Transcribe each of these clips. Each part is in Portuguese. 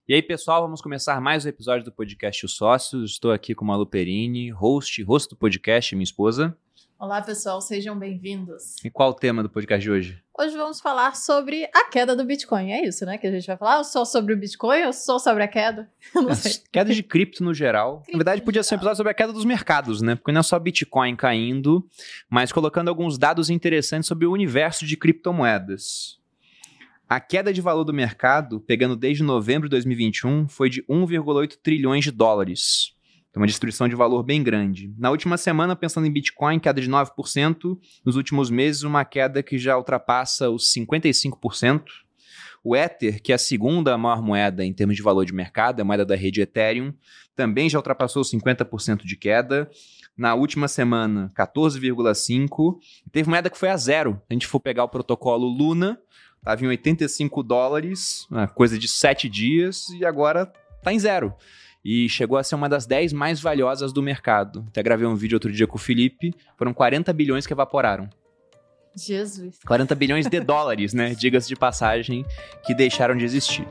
E aí, pessoal, vamos começar mais um episódio do podcast Os Sócios. Estou aqui com a Malu Perini, host do podcast, minha esposa. Olá, pessoal, sejam bem-vindos. E qual o tema do podcast de hoje? Hoje vamos falar sobre a queda do Bitcoin. É isso, né? Que a gente vai falar só sobre o Bitcoin ou só sobre a queda? Eu não sei. Queda de cripto no geral. Na verdade, podia ser um episódio sobre a queda dos mercados, né? Porque não é só Bitcoin caindo, mas colocando alguns dados interessantes sobre o universo de criptomoedas. A queda de valor do mercado, pegando desde novembro de 2021, foi de 1,8 trilhões de dólares. Então, uma destruição de valor bem grande. Na última semana, pensando em Bitcoin, queda de 9%. Nos últimos meses, uma queda que já ultrapassa os 55%. O Ether, que é a segunda maior moeda em termos de valor de mercado, a moeda da rede Ethereum, também já ultrapassou os 50% de queda. Na última semana, 14,5%. Teve moeda que foi a zero. Se a gente for pegar o protocolo Luna, estava em 85 dólares, uma coisa de 7 dias, e agora está em zero. E chegou a ser uma das 10 mais valiosas do mercado. Até gravei um vídeo outro dia com o Felipe, foram 40 bilhões que evaporaram. Jesus. 40 bilhões de dólares, né? Diga-se de passagem, que deixaram de existir.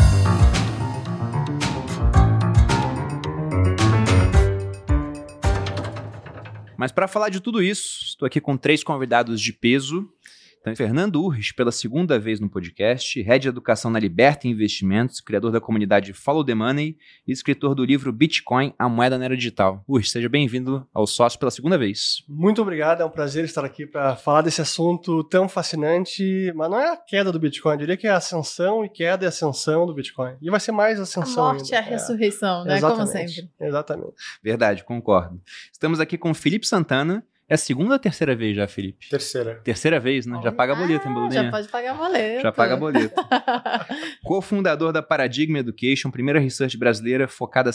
Mas para falar de tudo isso, estou aqui com 3 convidados de peso. Então, Fernando Urrich, pela segunda vez no podcast, Head de Educação na Liberta Investimentos, criador da comunidade Follow the Money e escritor do livro Bitcoin, a moeda na era digital. Urrich, seja bem-vindo ao Sócio pela segunda vez. Muito obrigado, é um prazer estar aqui para falar desse assunto tão fascinante, mas não é a queda do Bitcoin, eu diria que é a ascensão e queda e ascensão do Bitcoin. E vai ser mais ascensão. A morte ainda. E a ressurreição, né? Exatamente, como sempre. Exatamente. Verdade, concordo. Estamos aqui com o Felipe Santana. É a segunda ou a terceira vez já, Felipe? Terceira. Terceira vez, né? Já paga boleto, hein, Boludinha? Já pode pagar boleto. Já paga boleto. Co-fundador da Paradigm Education, primeira research brasileira focada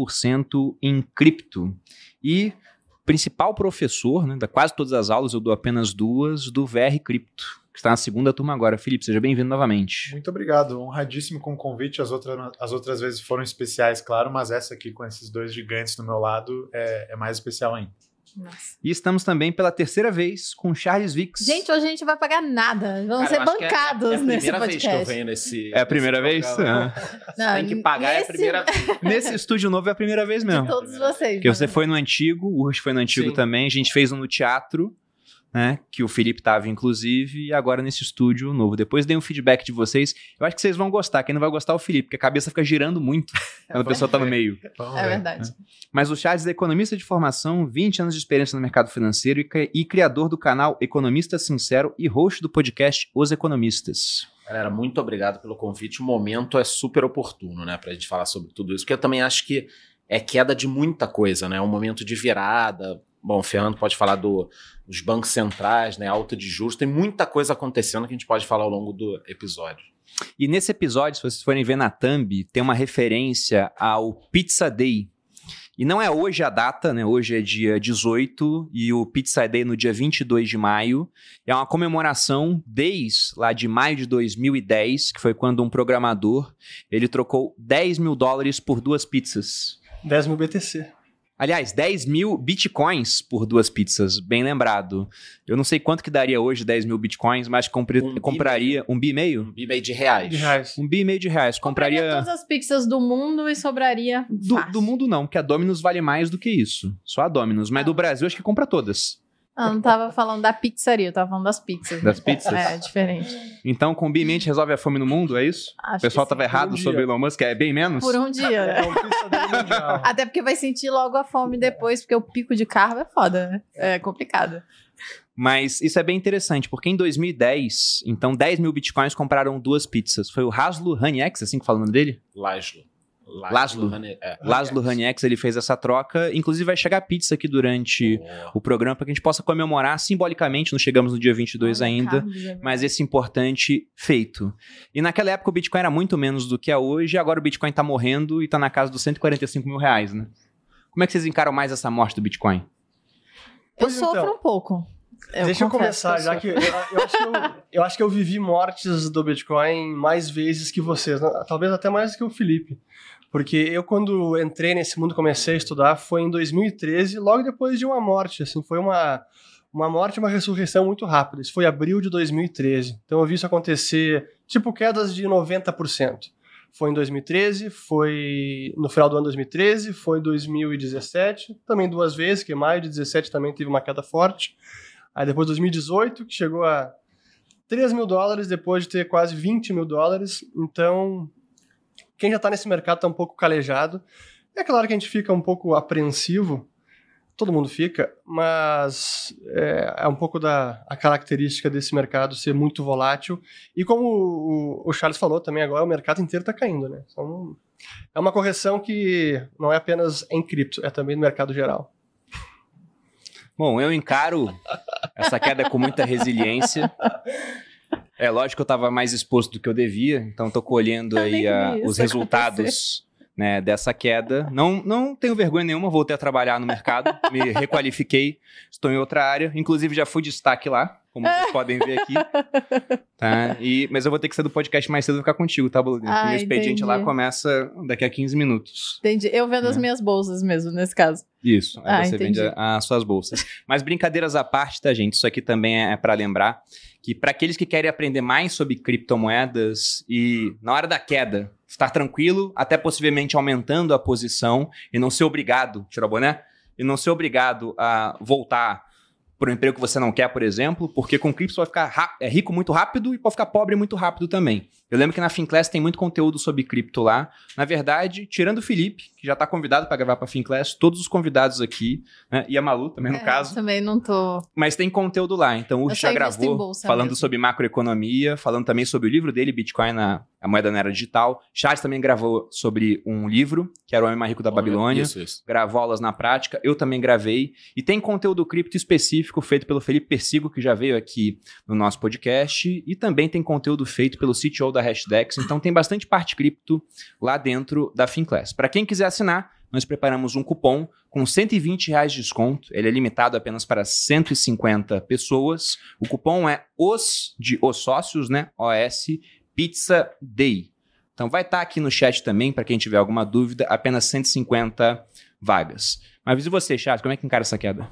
100% em cripto. E principal professor, né, da quase todas as aulas, eu dou apenas 2, do VR Cripto, que está na segunda turma agora. Felipe, seja bem-vindo novamente. Muito obrigado, honradíssimo com o convite. As outras vezes foram especiais, claro, mas essa aqui com esses 2 gigantes do meu lado é mais especial ainda. Nossa. E estamos também pela terceira vez com Charles Vicks. Gente, hoje a gente vai pagar nada. Vamos ser bancados nesse podcast. É a primeira vez que eu venho nesse. É a primeira vez? Não, tem que pagar, é a primeira vez. Nesse estúdio novo é a primeira vez mesmo. De todos vocês. Porque você foi no antigo, o Urrich foi no antigo. Sim. Também. A gente fez um no teatro, né? Que o Felipe estava, inclusive, e agora nesse estúdio novo. Depois dei um feedback de vocês. Eu acho que vocês vão gostar. Quem não vai gostar é o Felipe, porque a cabeça fica girando muito quando a pessoa está no meio. É verdade. Mas o Charles é economista de formação, 20 anos de experiência no mercado financeiro e criador do canal Economista Sincero e host do podcast Os Economistas. Galera, muito obrigado pelo convite. O momento é super oportuno, né, pra gente falar sobre tudo isso, porque eu também acho que é queda de muita coisa, né? É um momento de virada. Bom, o Fernando pode falar dos bancos centrais, né? Alta de juros. Tem muita coisa acontecendo que a gente pode falar ao longo do episódio. E nesse episódio, se vocês forem ver na thumb, tem uma referência ao Pizza Day. E não é hoje a data, né? Hoje é dia 18 e o Pizza Day no dia 22 de maio. É uma comemoração desde lá de maio de 2010, que foi quando um programador ele trocou $10 mil por 2 pizzas. 10 mil BTC. Aliás, 10 mil bitcoins por 2 pizzas, bem lembrado. Eu não sei quanto que daria hoje 10 mil bitcoins, mas compraria $1,5 bilhão? $1,5 bilhão de reais. $1,5 bilhão. Compraria todas as pizzas do mundo e sobraria do mundo não, porque a Domino's vale mais do que isso. Só a Domino's, mas do Brasil acho que compra todas. Eu não tava falando da pizzaria, eu tava falando das pizzas. Das pizzas? É, diferente. Então, com B mente resolve a fome no mundo, é isso? Acho o pessoal tava errado sobre o Elon Musk, é bem menos? Por um dia. Até porque vai sentir logo a fome depois, porque o pico de carro é foda, né? É complicado. Mas isso é bem interessante, porque em 2010, então 10 mil bitcoins compraram 2 pizzas. Foi o Laszlo Haniex, assim que fala o nome dele? Laszlo Haniex, ele fez essa troca. Inclusive vai chegar pizza aqui durante o programa para que a gente possa comemorar simbolicamente. Não chegamos no dia 22 ainda, mas esse importante feito. E naquela época o Bitcoin era muito menos do que é hoje. Agora o Bitcoin tá morrendo e tá na casa dos R$145 mil, né? Como é que vocês encaram mais essa morte do Bitcoin? Eu sofro um pouco. Deixa eu começar, já que eu acho que eu vivi mortes do Bitcoin mais vezes que vocês, né? Talvez até mais que o Felipe. Porque eu, quando entrei nesse mundo, comecei a estudar, foi em 2013, logo depois de uma morte, assim, foi uma morte e uma ressurreição muito rápida. Isso foi abril de 2013. Então eu vi isso acontecer, tipo quedas de 90%. Foi em 2013, foi no final do ano 2013, foi em 2017, também 2 vezes, que em maio de 2017 também teve uma queda forte. Aí depois 2018, que chegou a $3 mil, depois de ter quase $20 mil. Então, quem já está nesse mercado está um pouco calejado. É claro que a gente fica um pouco apreensivo, todo mundo fica, mas é um pouco a característica desse mercado ser muito volátil. E como o Charles falou também agora, o mercado inteiro está caindo, né? Então, é uma correção que não é apenas em cripto, é também no mercado geral. Bom, eu encaro essa queda com muita resiliência. É lógico que eu estava mais exposto do que eu devia, então estou colhendo aí os resultados, né, dessa queda. Não tenho vergonha nenhuma, voltei a trabalhar no mercado, me requalifiquei, estou em outra área, inclusive já fui destaque lá, como vocês podem ver aqui. Tá? Mas eu vou ter que sair do podcast mais cedo e ficar contigo, tá, Boludinho? Meu expediente lá começa daqui a 15 minutos. Entendi. Eu vendo as minhas bolsas mesmo, nesse caso. Isso, aí você vende as suas bolsas. Mas brincadeiras à parte, tá, gente? Isso aqui também é para lembrar que para aqueles que querem aprender mais sobre criptomoedas e na hora da queda, estar tranquilo, até possivelmente aumentando a posição e não ser obrigado, tirar o boné, e não ser obrigado a voltar para um emprego que você não quer, por exemplo, porque com cripto você vai ficar rico muito rápido e pode ficar pobre muito rápido também. Eu lembro que na Finclass tem muito conteúdo sobre cripto lá. Na verdade, tirando o Felipe, que já está convidado para gravar para a Finclass, todos os convidados aqui, né? E a Malu também, no caso. Também não tô... Mas tem conteúdo lá. Então, o já gravou falando sobre macroeconomia, falando também sobre o livro dele, Bitcoin, a moeda na era digital. Charles também gravou sobre um livro, que era O Homem Mais Rico da Babilônia. Isso. Gravou aulas na prática. Eu também gravei. E tem conteúdo cripto específico feito pelo Felipe Persigo, que já veio aqui no nosso podcast. E também tem conteúdo feito pelo CTO da Hashdex. Então, tem bastante parte cripto lá dentro da Finclass. Para quem quiser assinar, nós preparamos um cupom com R$120 de desconto. Ele é limitado apenas para 150 pessoas. O cupom é os sócios, né? OS Pizza Day. Então vai estar aqui no chat também, para quem tiver alguma dúvida, apenas 150 vagas. Mas e você, Charles, como é que encara essa queda?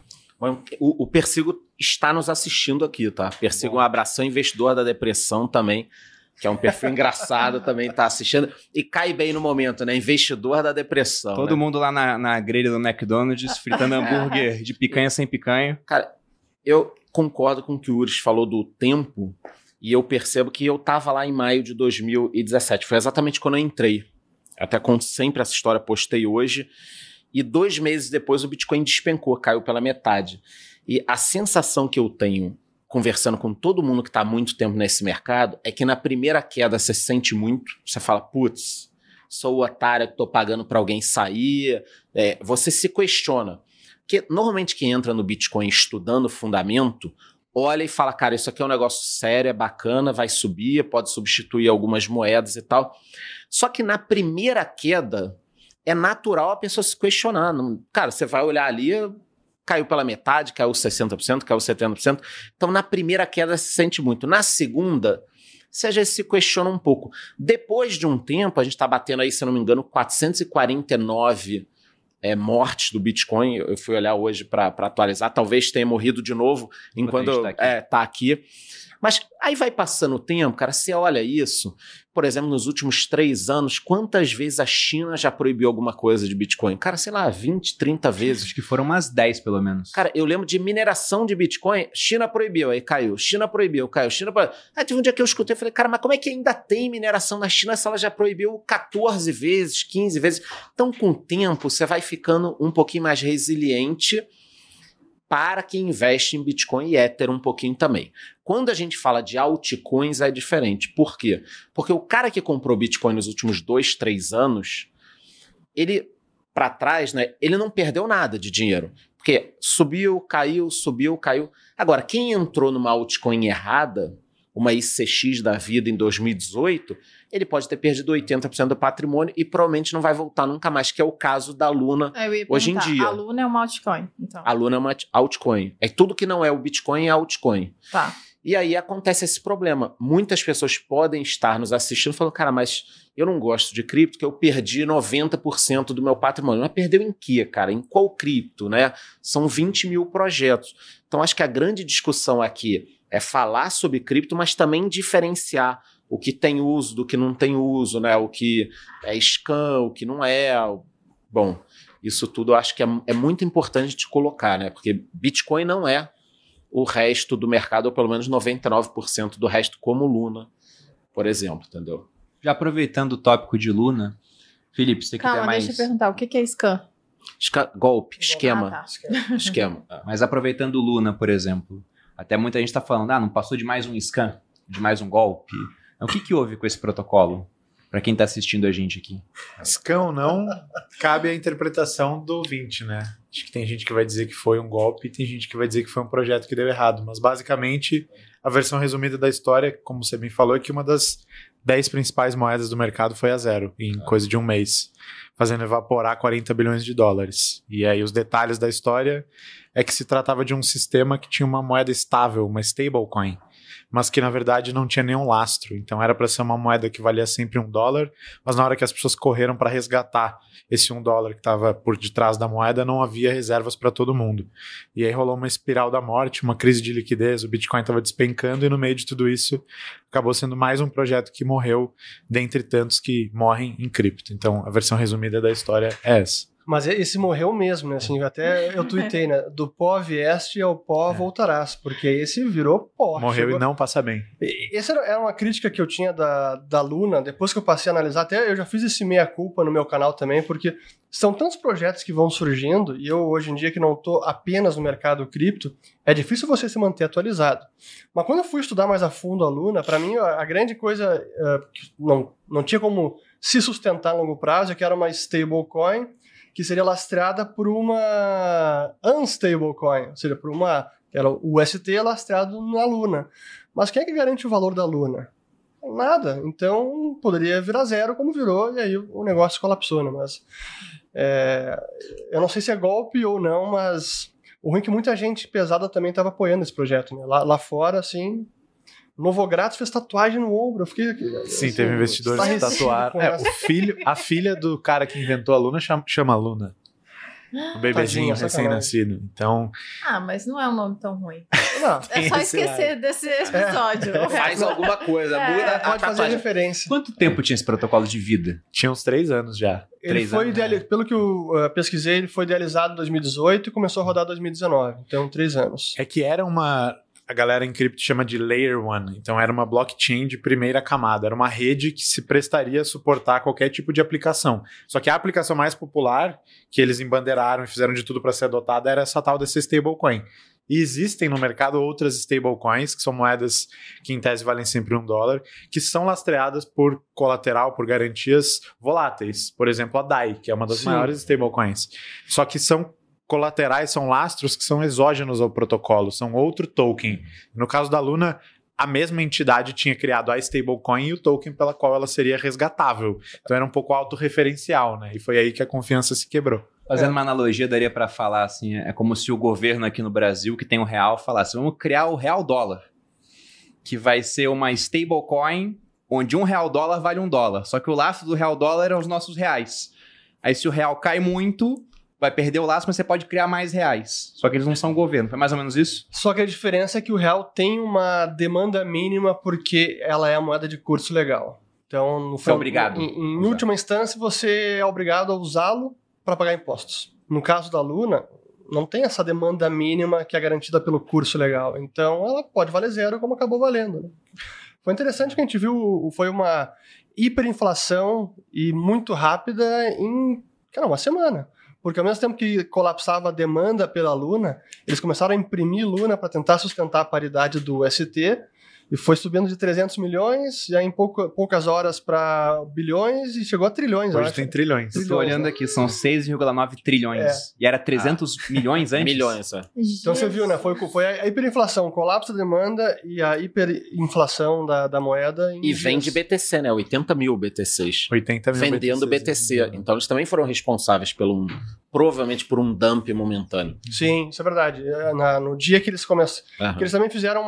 O Persigo está nos assistindo aqui, tá? Persigo é um abração investidor da depressão também, que é um perfil engraçado, também tá assistindo. E cai bem no momento, né? Investidor da depressão. Todo mundo lá na grelha do McDonald's, fritando hambúrguer de picanha sem picanha. Cara, eu concordo com o que o Uris falou do tempo, e eu percebo que eu tava lá em maio de 2017. Foi exatamente quando eu entrei. Até conto sempre essa história, postei hoje. E 2 meses depois o Bitcoin despencou, caiu pela metade. E a sensação que eu tenho conversando com todo mundo que está há muito tempo nesse mercado, é que na primeira queda você sente muito, você fala, putz, sou o otário que estou pagando para alguém sair, você se questiona. Porque normalmente quem entra no Bitcoin estudando o fundamento, olha e fala, cara, isso aqui é um negócio sério, é bacana, vai subir, pode substituir algumas moedas e tal. Só que na primeira queda, é natural a pessoa se questionar. Cara, você vai olhar ali, caiu pela metade, caiu 60%, caiu 70%. Então, na primeira queda, se sente muito. Na segunda, você já se questiona um pouco. Depois de um tempo, a gente está batendo aí, se eu não me engano, 449 mortes do Bitcoin. Eu fui olhar hoje para atualizar. Talvez tenha morrido de novo enquanto tá aqui. Mas aí vai passando o tempo, cara, você olha isso, por exemplo, nos últimos 3 anos, quantas vezes a China já proibiu alguma coisa de Bitcoin? Cara, sei lá, 20, 30 vezes. Acho que foram umas 10, pelo menos. Cara, eu lembro de mineração de Bitcoin, China proibiu, aí caiu, China proibiu, caiu, China proibiu. Aí teve um dia que eu escutei e falei, cara, mas como é que ainda tem mineração na China se ela já proibiu 14 vezes, 15 vezes? Então, com o tempo, você vai ficando um pouquinho mais resiliente para quem investe em Bitcoin e Ether um pouquinho também. Quando a gente fala de altcoins é diferente. Por quê? Porque o cara que comprou Bitcoin nos últimos 2, 3 anos, ele, para trás, né, ele não perdeu nada de dinheiro. Porque subiu, caiu, subiu, caiu. Agora, quem entrou numa altcoin errada, uma ICX da vida em 2018, ele pode ter perdido 80% do patrimônio e provavelmente não vai voltar nunca mais, que é o caso da Luna hoje em dia. A Luna é uma altcoin, então. A Luna é uma altcoin. É tudo que não é o Bitcoin é altcoin. Tá. E aí acontece esse problema. Muitas pessoas podem estar nos assistindo falando, cara, mas eu não gosto de cripto, que eu perdi 90% do meu patrimônio. Mas perdeu em quê, cara? Em qual cripto, né? São 20 mil projetos. Então acho que a grande discussão aqui é falar sobre cripto, mas também diferenciar o que tem uso do que não tem uso, né? O que é scam, o que não é. Bom, isso tudo eu acho que é muito importante de colocar, né? Porque Bitcoin não é o resto do mercado, ou pelo menos 99% do resto, como Luna, por exemplo, entendeu? Já aproveitando o tópico de Luna, Felipe, você quer mais... deixa eu perguntar, o que é scam? Golpe, esquema. Esquema. Mas aproveitando o Luna, por exemplo, até muita gente está falando, não passou de mais um scam, de mais um golpe. Então, o que houve com esse protocolo? Para quem está assistindo a gente aqui. Scam ou não, cabe a interpretação do ouvinte, né? Acho que tem gente que vai dizer que foi um golpe e tem gente que vai dizer que foi um projeto que deu errado. Mas, basicamente, a versão resumida da história, como você bem falou, é que uma das 10 principais moedas do mercado foi a zero, em coisa de um mês, fazendo evaporar 40 bilhões de dólares. E aí os detalhes da história é que se tratava de um sistema que tinha uma moeda estável, uma stablecoin, mas que na verdade não tinha nenhum lastro. Então era para ser uma moeda que valia sempre $1, mas na hora que as pessoas correram para resgatar esse $1 que estava por detrás da moeda, não havia reservas para todo mundo. E aí rolou uma espiral da morte, uma crise de liquidez, o Bitcoin estava despencando e no meio de tudo isso acabou sendo mais um projeto que morreu dentre tantos que morrem em cripto. Então a versão resumida da história é essa. Mas esse morreu mesmo, né? Assim, até eu tuitei, né? Do pó vieste ao pó voltarás, porque esse virou pó. Morreu e não passa bem. Essa era uma crítica que eu tinha da Luna, depois que eu passei a analisar, até eu já fiz esse meia-culpa no meu canal também, porque são tantos projetos que vão surgindo, e eu hoje em dia que não estou apenas no mercado cripto, é difícil você se manter atualizado. Mas quando eu fui estudar mais a fundo a Luna, para mim a grande coisa que não tinha como se sustentar a longo prazo é que era uma stablecoin que seria lastreada por uma unstablecoin, ou seja, por uma que era o UST lastreado na Luna. Mas quem é que garante o valor da Luna? Nada. Então poderia virar zero, como virou, e aí o negócio colapsou, né? Mas eu não sei se é golpe ou não, mas o ruim é que muita gente pesada também estava apoiando esse projeto, né? Lá fora, assim, Novogratz fez tatuagem no ombro. Eu fiquei aqui. Sim, assim, teve investidores que tatuaram. A filha do cara que inventou a Luna chama Luna. O bebezinho recém-nascido. Então. Mas não é um nome tão ruim. Não, é só esquecer desse episódio. Faz alguma coisa, muda pode fazer referência. Quanto tempo tinha esse protocolo de vida? Tinha uns 3 anos já. Ele foi pelo que eu pesquisei, ele foi idealizado em 2018 e começou a rodar em 2019. Então, 3 anos. É que era a galera em cripto chama de Layer 1, então era uma blockchain de primeira camada, era uma rede que se prestaria a suportar qualquer tipo de aplicação. Só que a aplicação mais popular, que eles embandeiraram e fizeram de tudo para ser adotada, era essa tal dessa stablecoin. E existem no mercado outras stablecoins, que são moedas que em tese valem sempre $1, que são lastreadas por colateral, por garantias voláteis. Por exemplo, a DAI, que é uma das maiores stablecoins. Só que são colaterais, são lastros que são exógenos ao protocolo, são outro token. No caso da Luna, a mesma entidade tinha criado a stablecoin e o token pela qual ela seria resgatável. Então era um pouco autorreferencial, né? E foi aí que a confiança se quebrou. Fazendo uma analogia, daria para falar assim, é como se o governo aqui no Brasil, que tem o real, falasse, vamos criar o real dólar, que vai ser uma stablecoin onde $1 vale $1, só que o lastro do real dólar é os nossos reais. Aí se o real cai muito, vai perder o laço, mas você pode criar mais reais. Só que eles não são governo. Foi mais ou menos isso? Só que a diferença é que o real tem uma demanda mínima porque ela é a moeda de curso legal. Então, você é obrigado. Em última instância, você é obrigado a usá-lo para pagar impostos. No caso da Luna, não tem essa demanda mínima que é garantida pelo curso legal. Então, ela pode valer zero como acabou valendo. Né? Foi interessante que a gente viu, foi uma hiperinflação e muito rápida em uma semana. Porque ao mesmo tempo que colapsava a demanda pela Luna, eles começaram a imprimir Luna para tentar sustentar a paridade do ST, e foi subindo de 300 milhões, já em poucas horas para bilhões, e chegou a trilhões. Hoje tem trilhões. Estou olhando aqui, são 6,9 trilhões. E era 300 milhões antes? Milhões, Então você viu, né? Foi a hiperinflação, o colapso da demanda e a hiperinflação da moeda. E vende BTC, né? 80 mil BTCs. 80 mil vendendo BTC. Então eles também foram responsáveis provavelmente por um dump momentâneo. Sim, isso é verdade. No dia que eles começaram... Que eles também fizeram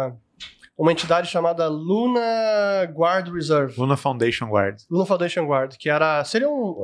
uma entidade chamada Luna Guard Reserve. Luna Foundation Guard. Luna Foundation Guard, que seria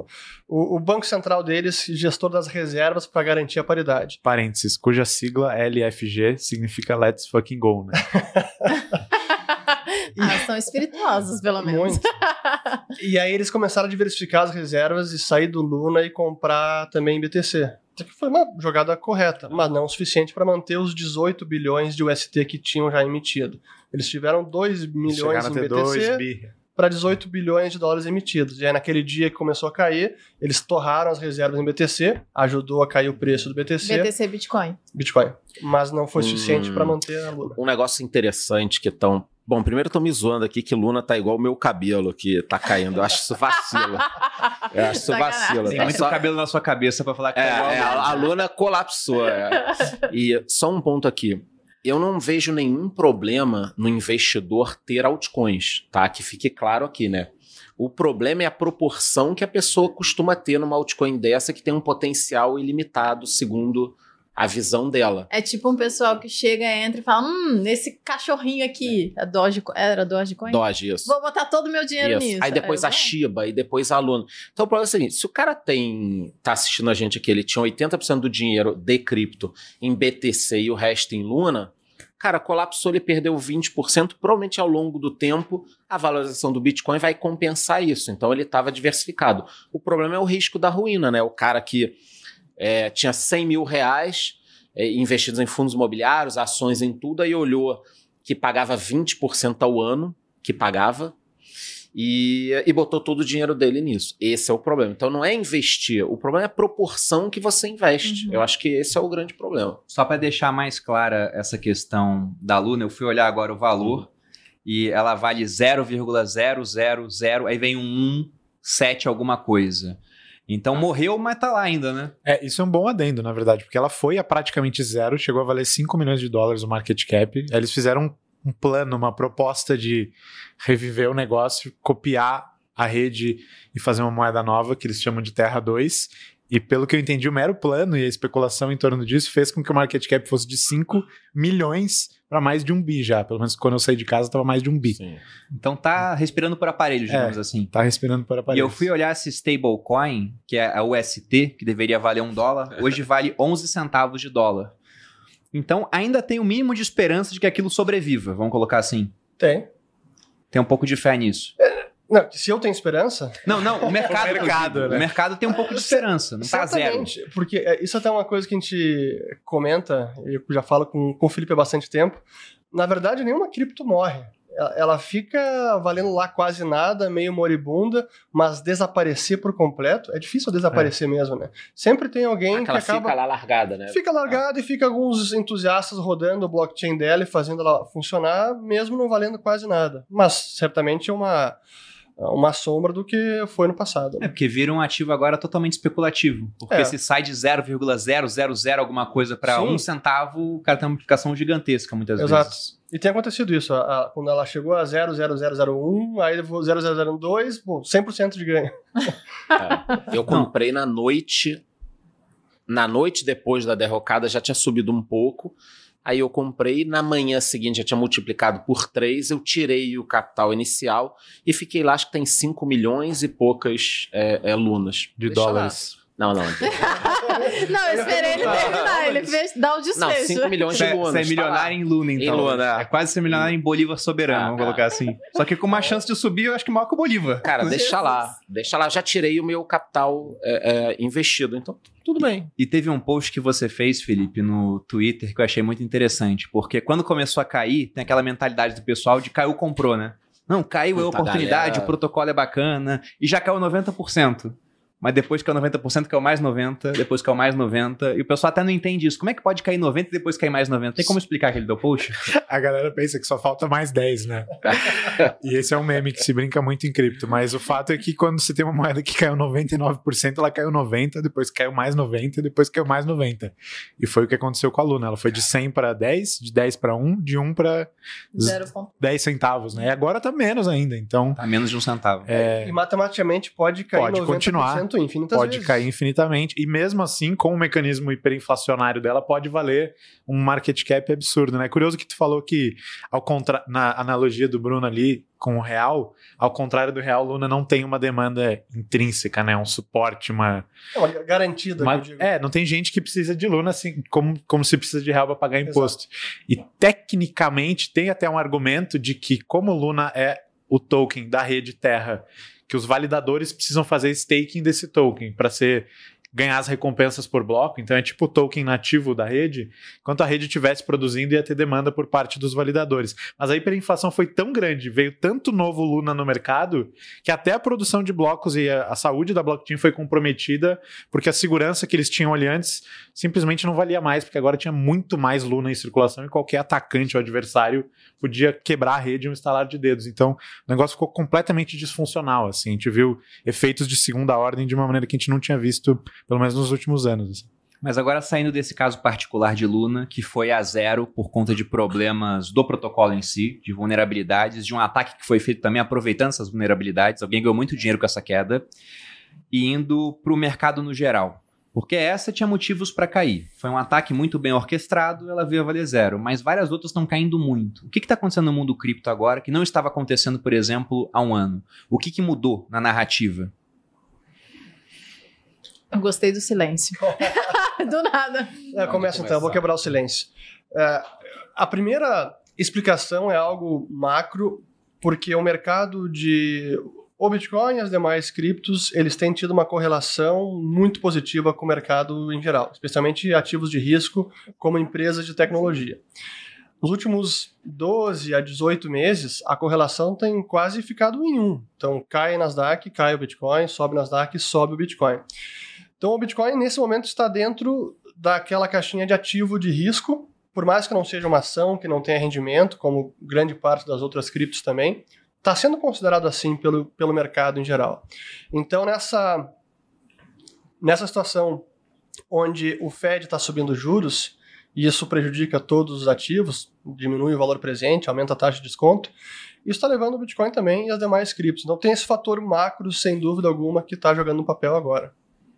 o banco central deles, gestor das reservas para garantir a paridade. Parênteses, cuja sigla LFG significa Let's Fucking Go, né? São espirituosos, pelo menos. Muito. E aí eles começaram a diversificar as reservas e sair do Luna e comprar também BTC. Que foi uma jogada correta, mas não o suficiente para manter os 18 bilhões de UST que tinham já emitido. Eles tiveram 2 milhões em BTC para 18 bilhões de dólares emitidos. E aí naquele dia que começou a cair, eles torraram as reservas em BTC, ajudou a cair o preço do BTC. BTC Bitcoin. Mas não foi suficiente para manter a Luna. Um negócio interessante que estão... Bom, primeiro estão me zoando aqui que Luna tá igual o meu cabelo que tá caindo. Eu acho isso vacilo. Tem muito cabelo na sua cabeça pra falar que tá igual. A Luna colapsou. E só um ponto aqui. Eu não vejo nenhum problema no investidor ter altcoins, tá? Que fique claro aqui, né? O problema é a proporção que a pessoa costuma ter numa altcoin dessa que tem um potencial ilimitado, segundo a visão dela. É tipo um pessoal que chega, entra e fala, esse cachorrinho aqui, era Dogecoin? Doge, isso. Vou botar todo o meu dinheiro nisso. Aí depois a Shiba, e depois a Luna. Então o problema é o seguinte, se o cara tá assistindo a gente aqui, ele tinha 80% do dinheiro de cripto em BTC e o resto em Luna, cara, colapsou, ele perdeu 20%, provavelmente ao longo do tempo a valorização do Bitcoin vai compensar isso, então ele estava diversificado. O problema é o risco da ruína, né? O cara que tinha 100 mil reais investidos em fundos imobiliários, ações em tudo, aí olhou que pagava 20% ao ano, e botou todo o dinheiro dele nisso. Esse é o problema. Então não é investir, o problema é a proporção que você investe. Eu acho que esse é o grande problema. Só para deixar mais clara essa questão da Luna, eu fui olhar agora o valor e ela vale 0,000, aí vem um 1,7 alguma coisa. Então morreu, mas tá lá ainda, né? Isso é um bom adendo, na verdade, porque ela foi a praticamente zero, chegou a valer 5 milhões de dólares o market cap. Aí eles fizeram um plano, uma proposta de reviver o negócio, copiar a rede e fazer uma moeda nova, que eles chamam de Terra 2. E pelo que eu entendi, o mero plano e a especulação em torno disso fez com que o market cap fosse de 5 milhões para mais de 1 bi já. Pelo menos quando eu saí de casa estava mais de 1 bi. Sim. Então tá respirando por aparelho, digamos assim. Tá respirando por aparelho. E eu fui olhar esse stablecoin, que é a UST, que deveria valer $1, hoje vale 11 centavos de dólar. Então ainda tem o mínimo de esperança de que aquilo sobreviva, vamos colocar assim. Tem um pouco de fé nisso. Não, se eu tenho esperança... Não, o mercado. Né? O mercado tem um pouco de esperança, não tá zero. Porque isso até é uma coisa que a gente comenta, eu já falo com o Felipe há bastante tempo. Na verdade, nenhuma cripto morre. Ela fica valendo lá quase nada, meio moribunda, mas desaparecer por completo, é difícil desaparecer mesmo, né? Sempre tem alguém que acaba... fica lá largada, né? Fica largada e fica alguns entusiastas rodando o blockchain dela e fazendo ela funcionar, mesmo não valendo quase nada. Mas, certamente, é uma sombra do que foi no passado. Né? Porque vira um ativo agora totalmente especulativo. Porque se sai de 0,000 alguma coisa para 1 centavo, o cara tem uma multiplicação gigantesca muitas vezes. E tem acontecido isso. Quando ela chegou a 0,0001, aí levou 0,002, 100% de ganho. Eu comprei na noite depois da derrocada, já tinha subido um pouco. Aí eu comprei, na manhã seguinte já tinha multiplicado por 3, eu tirei o capital inicial e fiquei lá, acho que tem 5 milhões e poucas lunas. De dólares. Não. Não, eu esperei ele terminar, ele dá o desfecho. Não, 5 milhões de lunas. Você é milionário em Luna, então. Em Luna. É quase ser milionário em Bolívar soberano, vamos colocar assim. Só que com uma chance de subir, eu acho que maior que o Bolívar. Cara, deixa lá. Já tirei o meu capital investido, então tudo bem. E teve um post que você fez, Felipe, no Twitter, que eu achei muito interessante, porque quando começou a cair, tem aquela mentalidade do pessoal de caiu, comprou, né? Não, caiu, é oportunidade, galera. O protocolo é bacana, e já caiu 90%. Mas depois caiu 90%, caiu mais 90%, depois caiu mais 90%, e o pessoal até não entende isso. Como é que pode cair 90% e depois cair mais 90%? Tem como explicar aquele do post? A galera pensa que só falta mais 10, né? E esse é um meme que se brinca muito em cripto, mas o fato é que quando você tem uma moeda que caiu 99%, ela caiu 90%, depois caiu mais 90%, depois caiu mais 90%. E foi o que aconteceu com a Luna. Ela foi de 100 para 10, de 10 para 1, de 1 para 10 centavos, né? E agora tá menos ainda, então... Tá menos de 1 centavo. E matematicamente pode cair 90% continuar. 100% infinitas pode vezes. cair infinitamente. E mesmo assim, com o mecanismo hiperinflacionário dela, pode valer um market cap absurdo, né? Curioso que tu falou que, na analogia do Bruno ali, com o real, ao contrário do real, Luna não tem uma demanda intrínseca, né? Um suporte, uma garantida, eu digo. Não tem gente que precisa de Luna assim, como se precisa de real para pagar imposto. Exato. E tecnicamente tem até um argumento de que, como Luna é o token da rede Terra, que os validadores precisam fazer staking desse token para ganhar as recompensas por bloco, então é tipo o token nativo da rede, enquanto a rede estivesse produzindo ia ter demanda por parte dos validadores. Mas a hiperinflação foi tão grande, veio tanto novo Luna no mercado, que até a produção de blocos e a saúde da blockchain foi comprometida, porque a segurança que eles tinham ali antes simplesmente não valia mais, porque agora tinha muito mais Luna em circulação e qualquer atacante ou adversário podia quebrar a rede em um estalar de dedos. Então o negócio ficou completamente disfuncional, assim. A gente viu efeitos de segunda ordem de uma maneira que a gente não tinha visto pelo menos nos últimos anos. Assim. Mas agora saindo desse caso particular de Luna, que foi a zero por conta de problemas do protocolo em si, de vulnerabilidades, de um ataque que foi feito também aproveitando essas vulnerabilidades, alguém ganhou muito dinheiro com essa queda, e indo para o mercado no geral. Porque essa tinha motivos para cair. Foi um ataque muito bem orquestrado, ela veio a valer zero. Mas várias outras estão caindo muito. O que está acontecendo no mundo cripto agora que não estava acontecendo, por exemplo, há um ano? O que mudou na narrativa? Eu gostei do silêncio. Do nada. Começa então, vou quebrar o silêncio. A primeira explicação é algo macro, porque o mercado o Bitcoin e as demais criptos, eles têm tido uma correlação muito positiva com o mercado em geral, especialmente ativos de risco, como empresas de tecnologia. Nos últimos 12 a 18 meses, a correlação tem quase ficado em 1. Então, cai a Nasdaq, cai o Bitcoin, sobe o Nasdaq, sobe o Bitcoin. Então, o Bitcoin, nesse momento, está dentro daquela caixinha de ativo de risco, por mais que não seja uma ação, que não tenha rendimento, como grande parte das outras criptos também, está sendo considerado assim pelo mercado em geral. Então, nessa situação onde o Fed está subindo juros, e isso prejudica todos os ativos, diminui o valor presente, aumenta a taxa de desconto, isso está levando o Bitcoin também e as demais criptos. Então, tem esse fator macro, sem dúvida alguma, que está jogando no papel agora.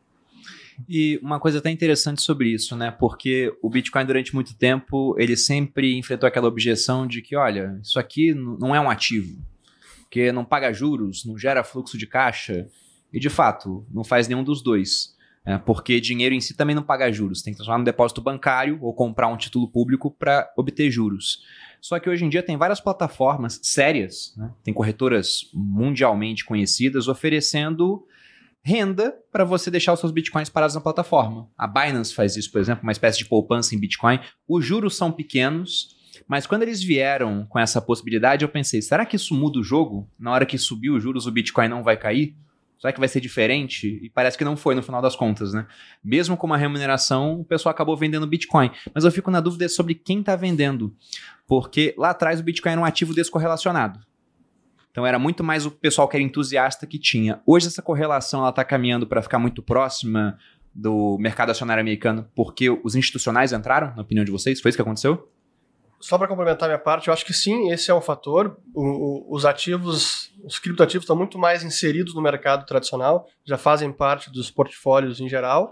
E uma coisa até interessante sobre isso, né? Porque o Bitcoin, durante muito tempo, ele sempre enfrentou aquela objeção de que, olha, isso aqui não é um ativo, porque não paga juros, não gera fluxo de caixa, e de fato, não faz nenhum dos dois. Porque dinheiro em si também não paga juros, tem que transformar no depósito bancário ou comprar um título público para obter juros. Só que hoje em dia tem várias plataformas sérias, né? Tem corretoras mundialmente conhecidas oferecendo renda para você deixar os seus bitcoins parados na plataforma. A Binance faz isso, por exemplo, uma espécie de poupança em Bitcoin. Os juros são pequenos, mas quando eles vieram com essa possibilidade, eu pensei, será que isso muda o jogo? Na hora que subir os juros, o Bitcoin não vai cair? Será que vai ser diferente? E parece que não foi no final das contas, né? Mesmo com uma remuneração, o pessoal acabou vendendo Bitcoin. Mas eu fico na dúvida sobre quem está vendendo. Porque lá atrás o Bitcoin era um ativo descorrelacionado. Então era muito mais o pessoal que era entusiasta que tinha. Hoje essa correlação está caminhando para ficar muito próxima do mercado acionário americano porque os institucionais entraram, na opinião de vocês? Foi isso que aconteceu? Só para complementar minha parte, eu acho que sim, esse é um fator. Os criptoativos estão muito mais inseridos no mercado tradicional, já fazem parte dos portfólios em geral,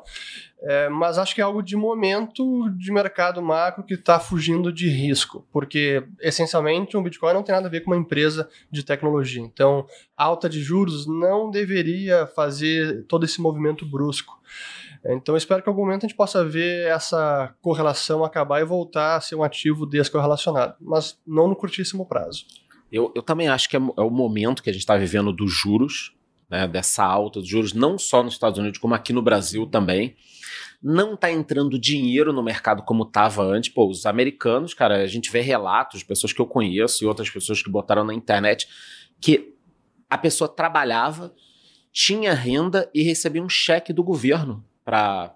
mas acho que é algo de momento de mercado macro que está fugindo de risco, porque essencialmente um Bitcoin não tem nada a ver com uma empresa de tecnologia. Então, alta de juros não deveria fazer todo esse movimento brusco. Então, eu espero que em algum momento a gente possa ver essa correlação acabar e voltar a ser um ativo descorrelacionado, mas não no curtíssimo prazo. Eu também acho que é o momento que a gente está vivendo dos juros, né, dessa alta dos juros, não só nos Estados Unidos, como aqui no Brasil também. Não está entrando dinheiro no mercado como estava antes. Pô, os americanos, cara, a gente vê relatos de pessoas que eu conheço e outras pessoas que botaram na internet que a pessoa trabalhava, tinha renda e recebia um cheque do governo para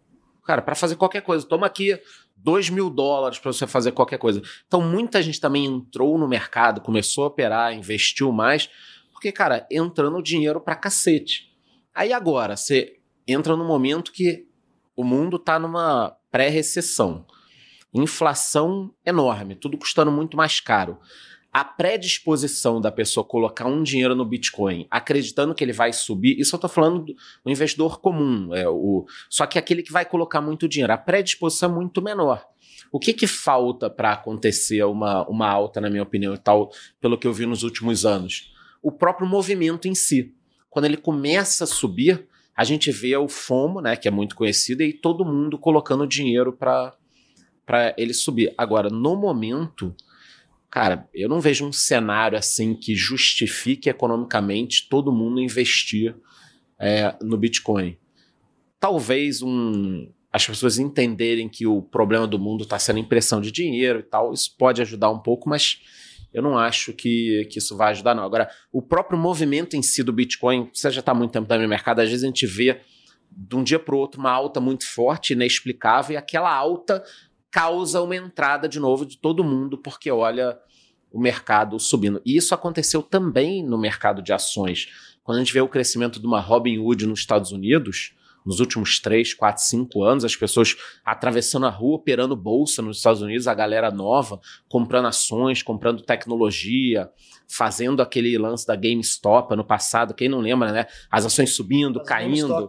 fazer qualquer coisa. Toma aqui $2.000 para você fazer qualquer coisa. Então, muita gente também entrou no mercado, começou a operar, investiu mais, porque, cara, entrando dinheiro pra cacete. Aí agora, você entra num momento que o mundo tá numa pré-recessão. Inflação enorme, tudo custando muito mais caro. a predisposição da pessoa colocar um dinheiro no Bitcoin, acreditando que ele vai subir, isso eu tô falando do investidor comum, só que aquele que vai colocar muito dinheiro, a predisposição é muito menor. O que falta para acontecer uma alta, na minha opinião, e tal, pelo que eu vi nos últimos anos? O próprio movimento em si. Quando ele começa a subir, a gente vê o FOMO, né, que é muito conhecido, e todo mundo colocando dinheiro para ele subir. Agora, no momento, cara, eu não vejo um cenário assim que justifique economicamente todo mundo investir no Bitcoin. Talvez as pessoas entenderem que o problema do mundo está sendo impressão de dinheiro e tal, isso pode ajudar um pouco, mas eu não acho que isso vai ajudar, não. Agora, o próprio movimento em si do Bitcoin, você já está há muito tempo no mercado, às vezes a gente vê de um dia para o outro uma alta muito forte, inexplicável, e aquela alta causa uma entrada de novo de todo mundo, porque olha o mercado subindo. E isso aconteceu também no mercado de ações. Quando a gente vê o crescimento de uma Robinhood nos Estados Unidos, nos últimos 3, 4, 5 anos, as pessoas atravessando a rua, operando bolsa nos Estados Unidos, a galera nova, comprando ações, comprando tecnologia, fazendo aquele lance da GameStop ano passado, quem não lembra, né? As ações subindo, caindo.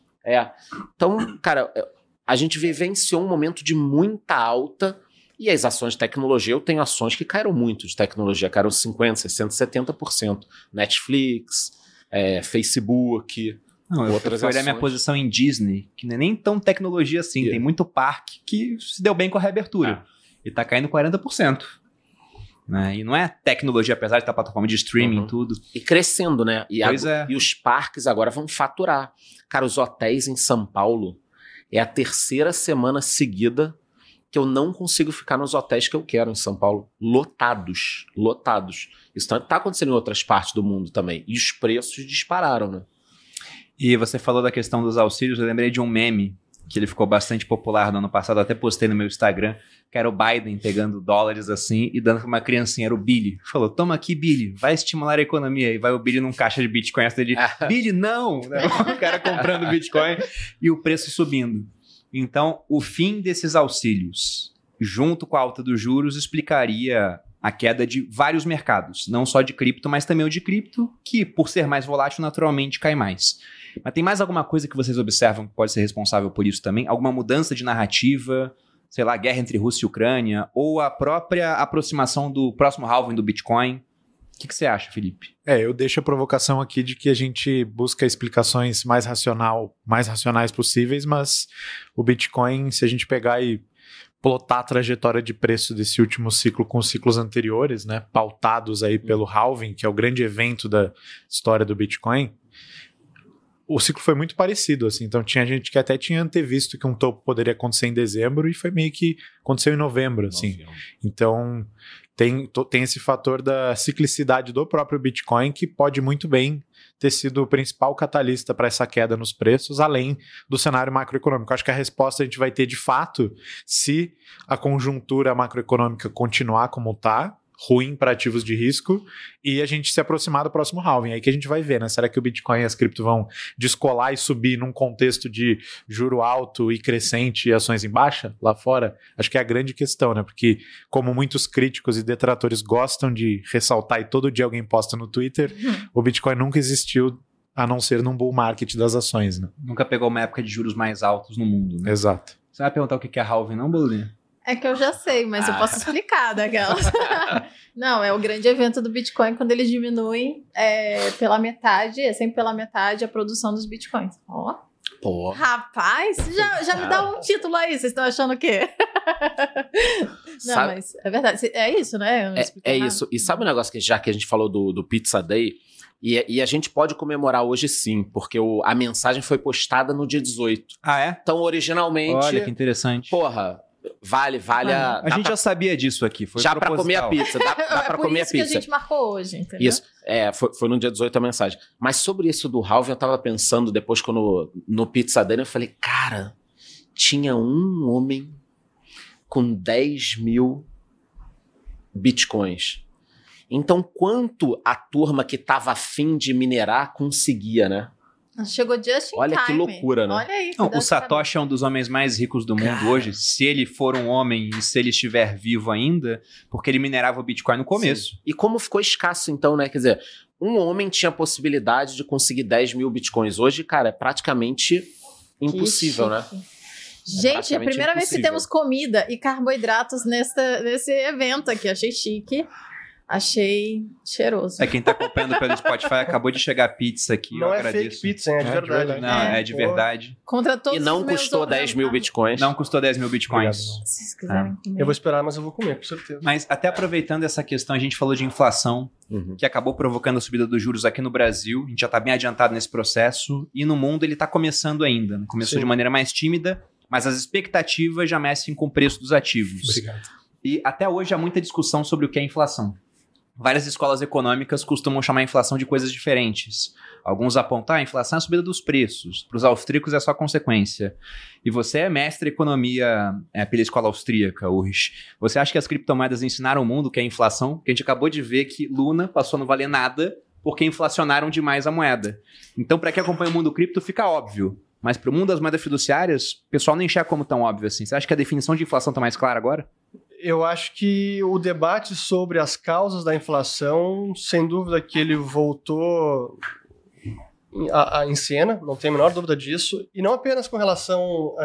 Então, cara, a gente vivenciou um momento de muita alta e as ações de tecnologia, eu tenho ações que caíram muito de tecnologia, caíram 50%, 60%, 70%. Netflix, Facebook... Não, eu fui olhar minha posição em Disney, que não é nem tão tecnologia assim, tem muito parque que se deu bem com a reabertura. E tá caindo 40%. Né? E não é tecnologia, apesar de estar plataforma de streaming e tudo. E crescendo, né? E os parques agora vão faturar. Cara, os hotéis em São Paulo é a 3ª semana seguida que eu não consigo ficar nos hotéis que eu quero em São Paulo. Lotados. Isso tá acontecendo em outras partes do mundo também. E os preços dispararam, né? E você falou da questão dos auxílios, eu lembrei de um meme que ele ficou bastante popular no ano passado, até postei no meu Instagram, que era o Biden pegando dólares assim e dando pra uma criancinha, era o Billy. Falou, toma aqui, Billy, vai estimular a economia. E vai o Billy num caixa de Bitcoin, ele Billy, não! O cara comprando Bitcoin e o preço subindo. Então, o fim desses auxílios, junto com a alta dos juros, explicaria a queda de vários mercados, não só de cripto, mas também o de cripto, que por ser mais volátil, naturalmente cai mais. Mas tem mais alguma coisa que vocês observam que pode ser responsável por isso também? Alguma mudança de narrativa, sei lá, guerra entre Rússia e Ucrânia, ou a própria aproximação do próximo halving do Bitcoin? O que você acha, Felipe? Eu deixo a provocação aqui de que a gente busca explicações mais racionais possíveis, mas o Bitcoin, se a gente pegar e plotar a trajetória de preço desse último ciclo com os ciclos anteriores, né, pautados aí pelo halving, que é o grande evento da história do Bitcoin, o ciclo foi muito parecido, assim. Então tinha gente que até tinha antevisto que um topo poderia acontecer em dezembro e foi meio que aconteceu em novembro, assim. Então tem esse fator da ciclicidade do próprio Bitcoin que pode muito bem ter sido o principal catalista para essa queda nos preços, além do cenário macroeconômico. Acho que a resposta a gente vai ter de fato se a conjuntura macroeconômica continuar como está, ruim para ativos de risco, e a gente se aproximar do próximo halving. Aí que a gente vai ver, né? Será que o Bitcoin e as cripto vão descolar e subir num contexto de juro alto e crescente e ações em baixa lá fora? Acho que é a grande questão, né? Porque como muitos críticos e detratores gostam de ressaltar e todo dia alguém posta no Twitter, o Bitcoin nunca existiu a não ser num bull market das ações, né? Nunca pegou uma época de juros mais altos no mundo, né? Exato. Você vai perguntar o que é halving, não, Bolinha? É que eu já sei, mas eu posso explicar daquelas. Não, é o grande evento do Bitcoin quando ele diminui pela metade, sempre pela metade, a produção dos Bitcoins. Ó. Pô. Rapaz, já me dá um título aí, vocês estão achando o quê? Não, mas é verdade. É isso, né? Eu não é isso. E sabe um negócio que já que a gente falou do Pizza Day? E a gente pode comemorar hoje sim, porque a mensagem foi postada no dia 18. Ah, é? Então, originalmente... Olha, que interessante. Porra... Vale a gente já sabia disso aqui, foi já pra comer a pizza, dá pra comer a pizza. É por isso que a gente marcou hoje, entendeu? Isso, foi no dia 18 a mensagem. Mas sobre isso do halving, eu tava pensando depois quando no Pizza Day, eu falei, cara, tinha um homem com 10 mil bitcoins. Então, quanto a turma que tava afim de minerar conseguia, né? Chegou just in Olha time. que loucura, né? Olha aí. Não, o Satoshi é um dos homens mais ricos do mundo hoje. Se ele for um homem e se ele estiver vivo ainda, porque ele minerava o Bitcoin no começo. Sim. E como ficou escasso, então, né? Quer dizer, um homem tinha a possibilidade de conseguir 10 mil bitcoins. Hoje, cara, é praticamente impossível, né? Gente, é a primeira vez que temos comida e carboidratos nesse evento aqui. Achei chique. Achei cheiroso. Quem tá acompanhando pelo Spotify acabou de chegar a pizza aqui. Não eu é agradeço. fake pizza, é de verdade. Não, é de verdade. Contra todos E não os meus custou outros 10 mil amigos. bitcoins. Não custou 10 mil bitcoins. Obrigado, Se vocês quiserem comer. Eu vou esperar, mas eu vou comer, com certeza. Mas até aproveitando essa questão, a gente falou de inflação, que acabou provocando a subida dos juros aqui no Brasil. A gente já está bem adiantado nesse processo. E no mundo ele está começando ainda. Né? Começou de maneira mais tímida, mas as expectativas já mexem com o preço dos ativos. Obrigado. E até hoje há muita discussão sobre o que é inflação. Várias escolas econômicas costumam chamar a inflação de coisas diferentes. Alguns apontam a inflação é a subida dos preços. Para os austríacos é só consequência. E você é mestre em economia pela escola austríaca, Urs. Você acha que as criptomoedas ensinaram o mundo o que é inflação? Porque a gente acabou de ver que Luna passou a não valer nada porque inflacionaram demais a moeda. Então, para quem acompanha o mundo cripto, fica óbvio. Mas para o mundo das moedas fiduciárias, o pessoal nem enxerga como tão óbvio assim. Você acha que a definição de inflação está mais clara agora? Eu acho que o debate sobre as causas da inflação, sem dúvida que ele voltou em cena, não tenho a menor dúvida disso, e não apenas com relação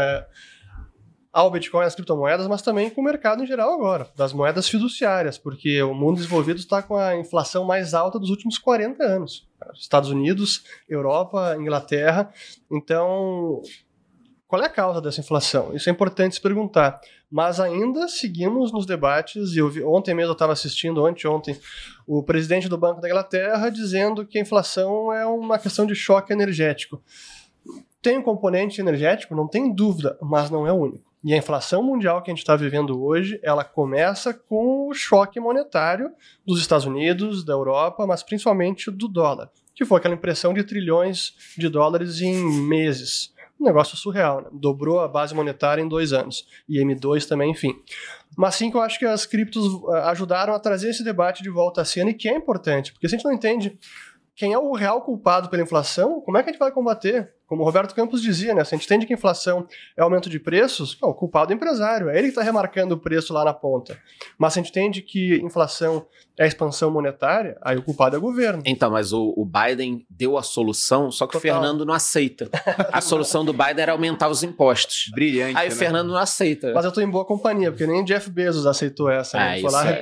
ao Bitcoin e às criptomoedas, mas também com o mercado em geral agora, das moedas fiduciárias, porque o mundo desenvolvido está com a inflação mais alta dos últimos 40 anos. Estados Unidos, Europa, Inglaterra. Então, qual é a causa dessa inflação? Isso é importante se perguntar. Mas ainda seguimos nos debates, e ontem mesmo eu estava assistindo, anteontem, o presidente do Banco da Inglaterra dizendo que a inflação é uma questão de choque energético. Tem um componente energético, não tem dúvida, mas não é o único. E a inflação mundial que a gente está vivendo hoje, ela começa com o choque monetário dos Estados Unidos, da Europa, mas principalmente do dólar, que foi aquela impressão de trilhões de dólares em meses. Um negócio surreal, né? Dobrou a base monetária em 2 anos. E M2 também, enfim. Mas sim que eu acho que as criptos ajudaram a trazer esse debate de volta à cena, e que é importante, porque se a gente não entende quem é o real culpado pela inflação, como é que a gente vai combater? Como o Roberto Campos dizia, né? Se a gente entende que a inflação é aumento de preços, o culpado é o empresário, é ele que está remarcando o preço lá na ponta. Mas se a gente entende que inflação é expansão monetária, aí o culpado é o governo. Então, mas o Biden deu a solução, só que o Fernando não aceita. A solução do Biden era aumentar os impostos. Brilhante. Aí o Fernando não aceita. Mas eu estou em boa companhia, porque nem Jeff Bezos aceitou essa. Né? Foi lá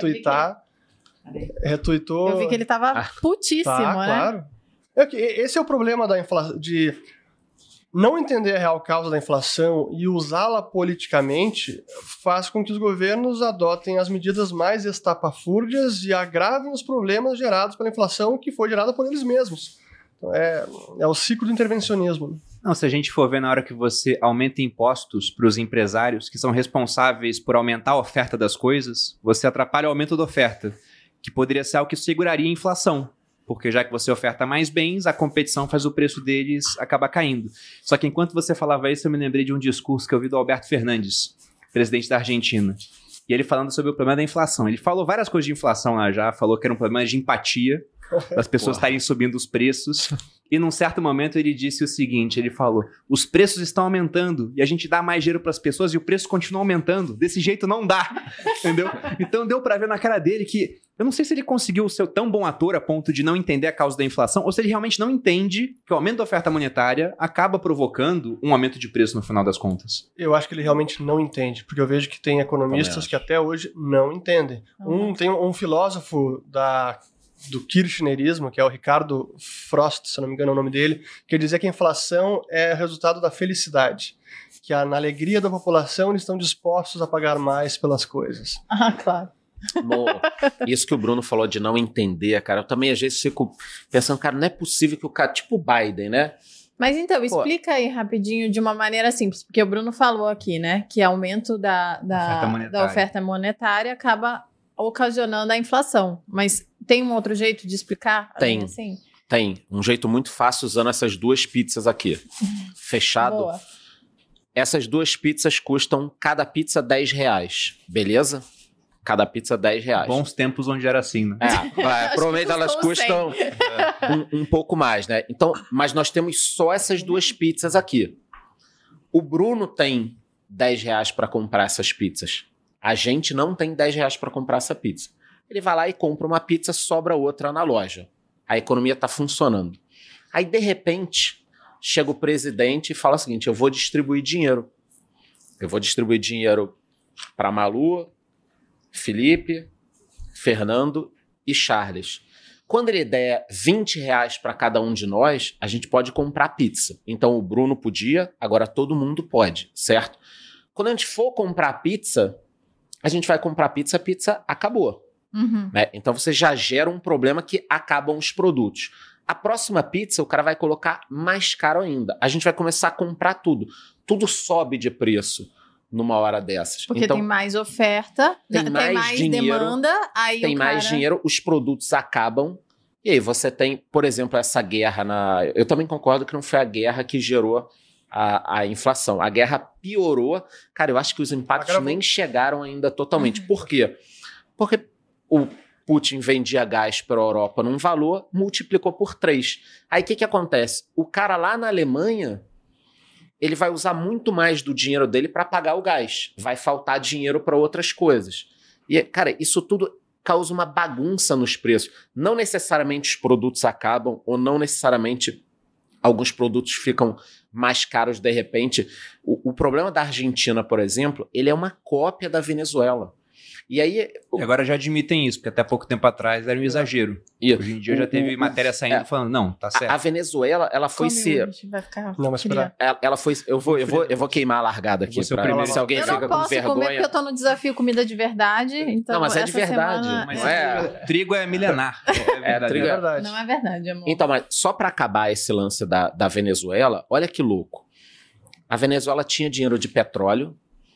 retweetou. Eu vi que ele tava putíssimo, né? Claro. Esse é o problema da inflação, de não entender a real causa da inflação e usá-la politicamente faz com que os governos adotem as medidas mais estapafúrdias e agravem os problemas gerados pela inflação que foi gerada por eles mesmos. Então é o ciclo do intervencionismo. Não, se a gente for ver na hora que você aumenta impostos para os empresários que são responsáveis por aumentar a oferta das coisas, você atrapalha o aumento da oferta, que poderia ser algo que seguraria a inflação. Porque já que você oferta mais bens, a competição faz o preço deles acabar caindo. Só que enquanto você falava isso, eu me lembrei de um discurso que eu vi do Alberto Fernandes, presidente da Argentina. E ele falando sobre o problema da inflação. Ele falou várias coisas de inflação lá já, falou que era um problema de empatia, das pessoas estarem subindo os preços. E num certo momento ele disse o seguinte, ele falou, os preços estão aumentando e a gente dá mais dinheiro para as pessoas e o preço continua aumentando. Desse jeito não dá, entendeu? Então deu para ver na cara dele que eu não sei se ele conseguiu ser tão bom ator a ponto de não entender a causa da inflação ou se ele realmente não entende que o aumento da oferta monetária acaba provocando um aumento de preço no final das contas. Eu acho que ele realmente não entende, porque eu vejo que tem economistas que até hoje não entendem. Tem um filósofo do kirchnerismo, que é o Ricardo Frost, se não me engano é o nome dele, que dizia que a inflação é resultado da felicidade, que na alegria da população eles estão dispostos a pagar mais pelas coisas. Ah, claro. Bom, isso que o Bruno falou de não entender, cara, eu também às vezes fico pensando, cara, não é possível que o cara, tipo o Biden, né? Mas então, explica aí rapidinho de uma maneira simples, porque o Bruno falou aqui, né, que aumento da oferta monetária acaba ocasionando a inflação, mas tem um outro jeito de explicar? Tem, assim? Tem. Um jeito muito fácil usando essas 2 pizzas aqui. Fechado. Boa. Essas 2 pizzas custam, cada pizza R$10, beleza? Cada pizza R$10. Bons tempos onde era assim, né? Provavelmente elas custam um pouco mais, né? Então, mas nós temos só essas 2 pizzas aqui. O Bruno tem R$10 para comprar essas pizzas. A gente não tem R$10 para comprar essa pizza. Ele vai lá e compra uma pizza, sobra outra na loja. A economia está funcionando. Aí, de repente, chega o presidente e fala o seguinte: eu vou distribuir dinheiro. Eu vou distribuir dinheiro para Malu, Felipe, Fernando e Charles. Quando ele der R$20 para cada um de nós, a gente pode comprar pizza. Então o Bruno podia, agora todo mundo pode, certo? Quando a gente for comprar pizza, a gente vai comprar pizza, a pizza acabou. Né? Então você já gera um problema que acabam os produtos. A próxima pizza o cara vai colocar mais caro ainda. A gente vai começar a comprar tudo. Tudo sobe de preço numa hora dessas. Porque então, tem mais oferta, tem mais dinheiro, demanda, aí tem mais dinheiro, os produtos acabam. E aí você tem, por exemplo, essa guerra na... Eu também concordo que não foi a guerra que gerou a inflação. A guerra piorou. Cara, eu acho que os impactos nem chegaram ainda totalmente. Por quê? Porque o Putin vendia gás para a Europa num valor, multiplicou por 3. Aí o que acontece? O cara lá na Alemanha, ele vai usar muito mais do dinheiro dele para pagar o gás. Vai faltar dinheiro para outras coisas. E, cara, isso tudo causa uma bagunça nos preços. Não necessariamente os produtos acabam, ou não necessariamente alguns produtos ficam mais caros de repente. O problema da Argentina, por exemplo, ele é uma cópia da Venezuela. E aí... E agora já admitem isso, porque até pouco tempo atrás era um exagero. Hoje em dia já teve matéria saindo falando, não, tá certo. A Venezuela, ela foi ser... Vai ficar... Não, mas espera. Ela foi... Eu vou queimar a largada aqui. Se alguém fica com vergonha... Eu não posso comer porque eu tô no desafio comida de verdade, então não, mas é de verdade. Semana... Mas trigo é milenar. Trigo é verdade. Não é verdade, amor. Então, mas só para acabar esse lance da Venezuela, olha que louco. A Venezuela tinha dinheiro de petróleo,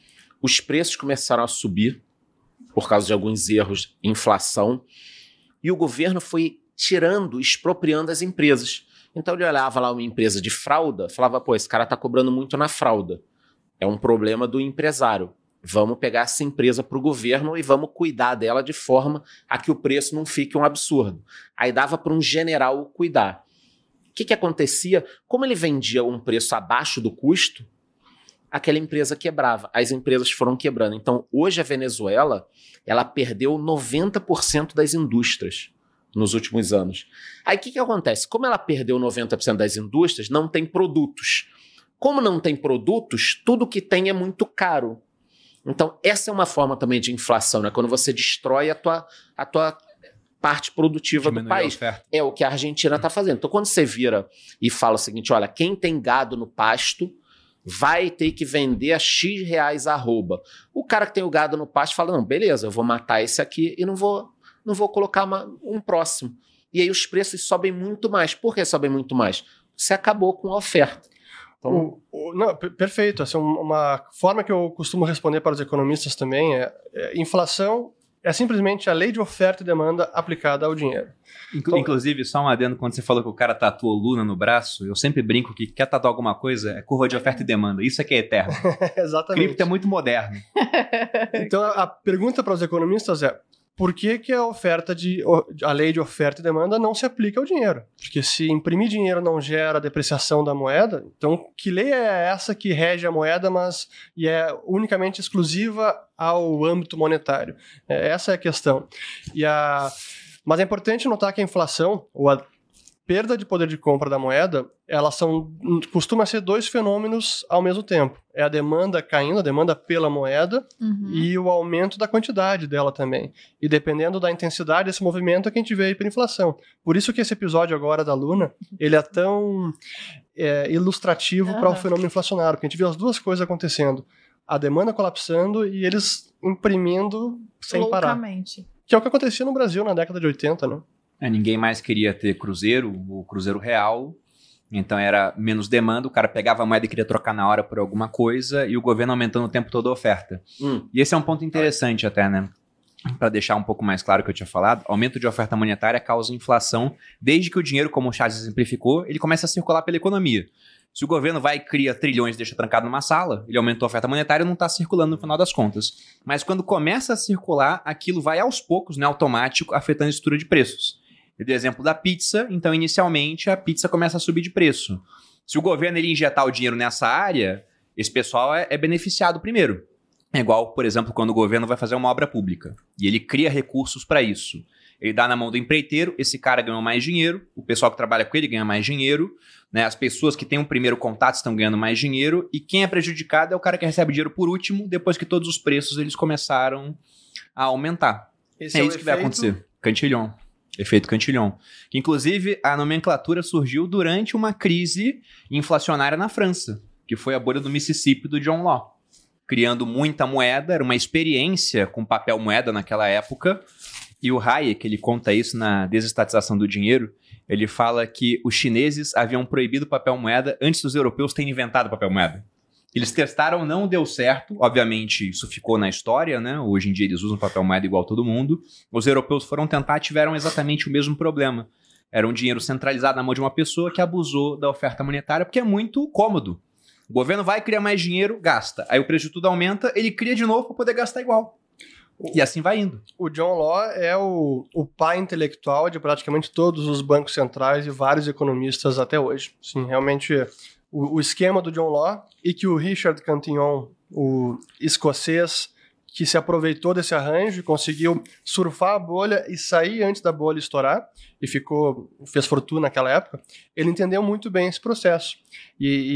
os preços começaram a subir, por causa de alguns erros, inflação, e o governo foi tirando, expropriando as empresas. Então ele olhava lá uma empresa de fralda, falava, pô, esse cara tá cobrando muito na fralda. É um problema do empresário. Vamos pegar essa empresa para o governo e vamos cuidar dela de forma a que o preço não fique um absurdo. Aí dava para um general cuidar. O que acontecia? Como ele vendia um preço abaixo do custo, aquela empresa quebrava. As empresas foram quebrando. Então, hoje a Venezuela, ela perdeu 90% das indústrias nos últimos anos. Aí, o que acontece? Como ela perdeu 90% das indústrias, não tem produtos. Como não tem produtos, tudo que tem é muito caro. Então, essa é uma forma também de inflação, né? Quando você destrói a tua parte produtiva do país. É o que a Argentina está fazendo. Então, quando você vira e fala o seguinte, olha, quem tem gado no pasto vai ter que vender a X reais a arroba. O cara que tem o gado no pasto fala, não, beleza, eu vou matar esse aqui e não vou colocar um próximo. E aí os preços sobem muito mais. Por que sobem muito mais? Você acabou com a oferta. Então... Não, perfeito. Assim, uma forma que eu costumo responder para os economistas também é inflação é simplesmente a lei de oferta e demanda aplicada ao dinheiro. Inclusive, só um adendo, quando você falou que o cara tatuou Luna no braço, eu sempre brinco que quer tatuar alguma coisa, é curva de oferta e demanda. Isso é que é eterno. Exatamente. Cripto é muito moderno. Então, a pergunta para os economistas é, por que a lei de oferta e demanda não se aplica ao dinheiro? Porque se imprimir dinheiro não gera depreciação da moeda, então que lei é essa que rege a moeda, e é unicamente exclusiva ao âmbito monetário? Essa é a questão. Mas é importante notar que a inflação, ou a perda de poder de compra da moeda, costuma ser 2 fenômenos ao mesmo tempo. É a demanda caindo, a demanda pela moeda, e o aumento da quantidade dela também. E dependendo da intensidade desse movimento é que a gente vê a hiperinflação. Por isso que esse episódio agora da Luna, ele é tão ilustrativo para o fenômeno inflacionário, porque a gente vê as duas coisas acontecendo. A demanda colapsando e eles imprimindo sem parar. Que é o que acontecia no Brasil na década de 80, né? Ninguém mais queria ter o cruzeiro real, então era menos demanda, o cara pegava a moeda e queria trocar na hora por alguma coisa, e o governo aumentando o tempo todo a oferta. E esse é um ponto interessante até, né? Para deixar um pouco mais claro o que eu tinha falado, aumento de oferta monetária causa inflação, desde que o dinheiro, como o Charles exemplificou, ele começa a circular pela economia. Se o governo vai e cria trilhões e deixa trancado numa sala, ele aumentou a oferta monetária e não está circulando no final das contas. Mas quando começa a circular, aquilo vai aos poucos, né, automático, afetando a estrutura de preços. Eu dei exemplo da pizza, então inicialmente a pizza começa a subir de preço. Se o governo ele injetar o dinheiro nessa área, esse pessoal é beneficiado primeiro. É igual, por exemplo, quando o governo vai fazer uma obra pública e ele cria recursos para isso. Ele dá na mão do empreiteiro, esse cara ganhou mais dinheiro, o pessoal que trabalha com ele ganha mais dinheiro, né? As pessoas que têm um primeiro contato estão ganhando mais dinheiro e quem é prejudicado é o cara que recebe dinheiro por último, depois que todos os preços eles começaram a aumentar. Esse é isso que vai acontecer. Cantillon. Efeito Cantillon. Que, inclusive, a nomenclatura surgiu durante uma crise inflacionária na França, que foi a bolha do Mississippi do John Law. Criando muita moeda, era uma experiência com papel moeda naquela época. E o Hayek, ele conta isso na Desestatização do Dinheiro, ele fala que os chineses haviam proibido papel moeda antes dos europeus terem inventado papel moeda. Eles testaram, não deu certo, obviamente isso ficou na história, né? Hoje em dia eles usam papel moeda igual todo mundo. Os europeus foram tentar, tiveram exatamente o mesmo problema. Era um dinheiro centralizado na mão de uma pessoa que abusou da oferta monetária, porque é muito cômodo. O governo vai criar mais dinheiro, gasta. Aí o preço de tudo aumenta, ele cria de novo para poder gastar igual. E assim vai indo. O John Law é o pai intelectual de praticamente todos os bancos centrais e vários economistas até hoje. Sim, realmente o esquema do John Law e que o Richard Cantillon, o escocês, que se aproveitou desse arranjo e conseguiu surfar a bolha e sair antes da bolha estourar, e fez fortuna naquela época, ele entendeu muito bem esse processo. E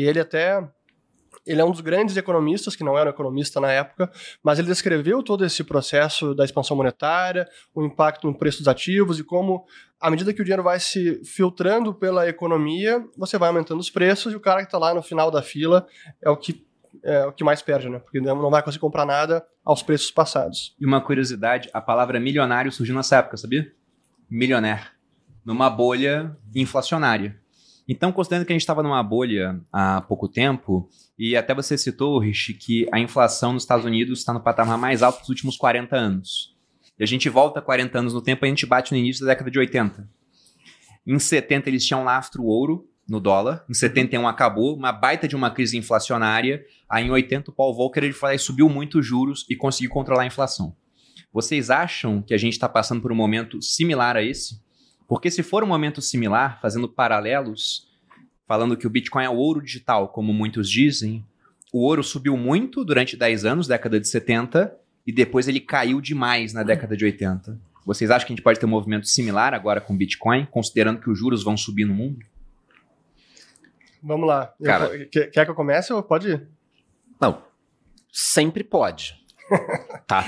ele é um dos grandes economistas, que não era um economista na época, mas ele descreveu todo esse processo da expansão monetária, o impacto no preço dos ativos e como, à medida que o dinheiro vai se filtrando pela economia, você vai aumentando os preços e o cara que está lá no final da fila é o que mais perde, né? Porque não vai conseguir comprar nada aos preços passados. E uma curiosidade, a palavra milionário surgiu nessa época, sabia? Milionaire. Numa bolha inflacionária. Então, considerando que a gente estava numa bolha há pouco tempo, e até você citou, Rich, que a inflação nos Estados Unidos está no patamar mais alto dos últimos 40 anos. E a gente volta 40 anos no tempo e a gente bate no início da década de 80. Em 70 eles tinham lastro ouro no dólar, em 71 acabou, uma baita de uma crise inflacionária, aí em 80 o Paul Volcker ele foi lá e subiu muito os juros e conseguiu controlar a inflação. Vocês acham que a gente está passando por um momento similar a esse? Porque se for um momento similar, fazendo paralelos, falando que o Bitcoin é o ouro digital, como muitos dizem, o ouro subiu muito durante 10 anos, década de 70, e depois ele caiu demais na década de 80. Vocês acham que a gente pode ter um movimento similar agora com o Bitcoin, considerando que os juros vão subir no mundo? Vamos lá. Quer que eu comece ou pode ir? Não. Sempre pode. Tá.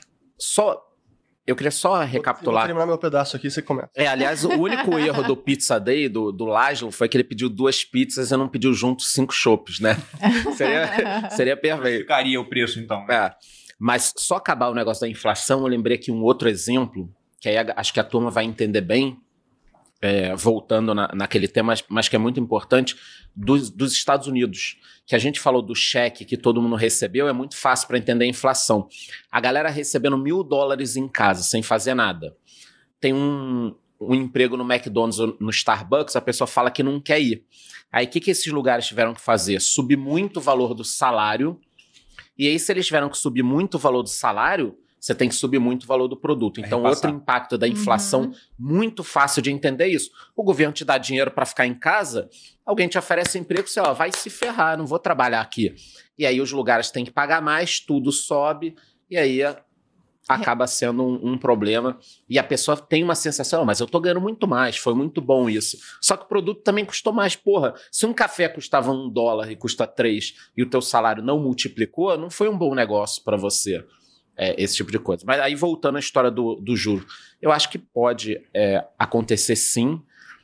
Eu queria só recapitular. Vou terminar meu pedaço aqui e você começa. Aliás, o único erro do Pizza Day, do Laszlo, foi que ele pediu 2 pizzas e não pediu junto 5 chopps, né? seria perfeito. Ficaria o preço, então. Mas só acabar o negócio da inflação, eu lembrei aqui um outro exemplo, que aí acho que a turma vai entender bem, voltando naquele tema, mas que é muito importante, dos Estados Unidos. Que a gente falou do cheque que todo mundo recebeu, é muito fácil para entender a inflação. A galera recebendo $1.000 em casa, sem fazer nada. Tem um emprego no McDonald's ou no Starbucks, a pessoa fala que não quer ir. Aí o que esses lugares tiveram que fazer? Subir muito o valor do salário. E aí, se eles tiveram que subir muito o valor do salário, você tem que subir muito o valor do produto. Então, outro impacto da inflação, muito fácil de entender isso. O governo te dá dinheiro para ficar em casa, alguém te oferece emprego, você vai se ferrar, não vou trabalhar aqui. E aí os lugares têm que pagar mais, tudo sobe, e aí acaba sendo um problema. E a pessoa tem uma sensação, mas eu tô ganhando muito mais, foi muito bom isso. Só que o produto também custou mais. Porra, se um café custava $1 e custa 3 e o teu salário não multiplicou, não foi um bom negócio para você. Esse tipo de coisa. Mas aí, voltando à história do juro, eu acho que pode acontecer sim.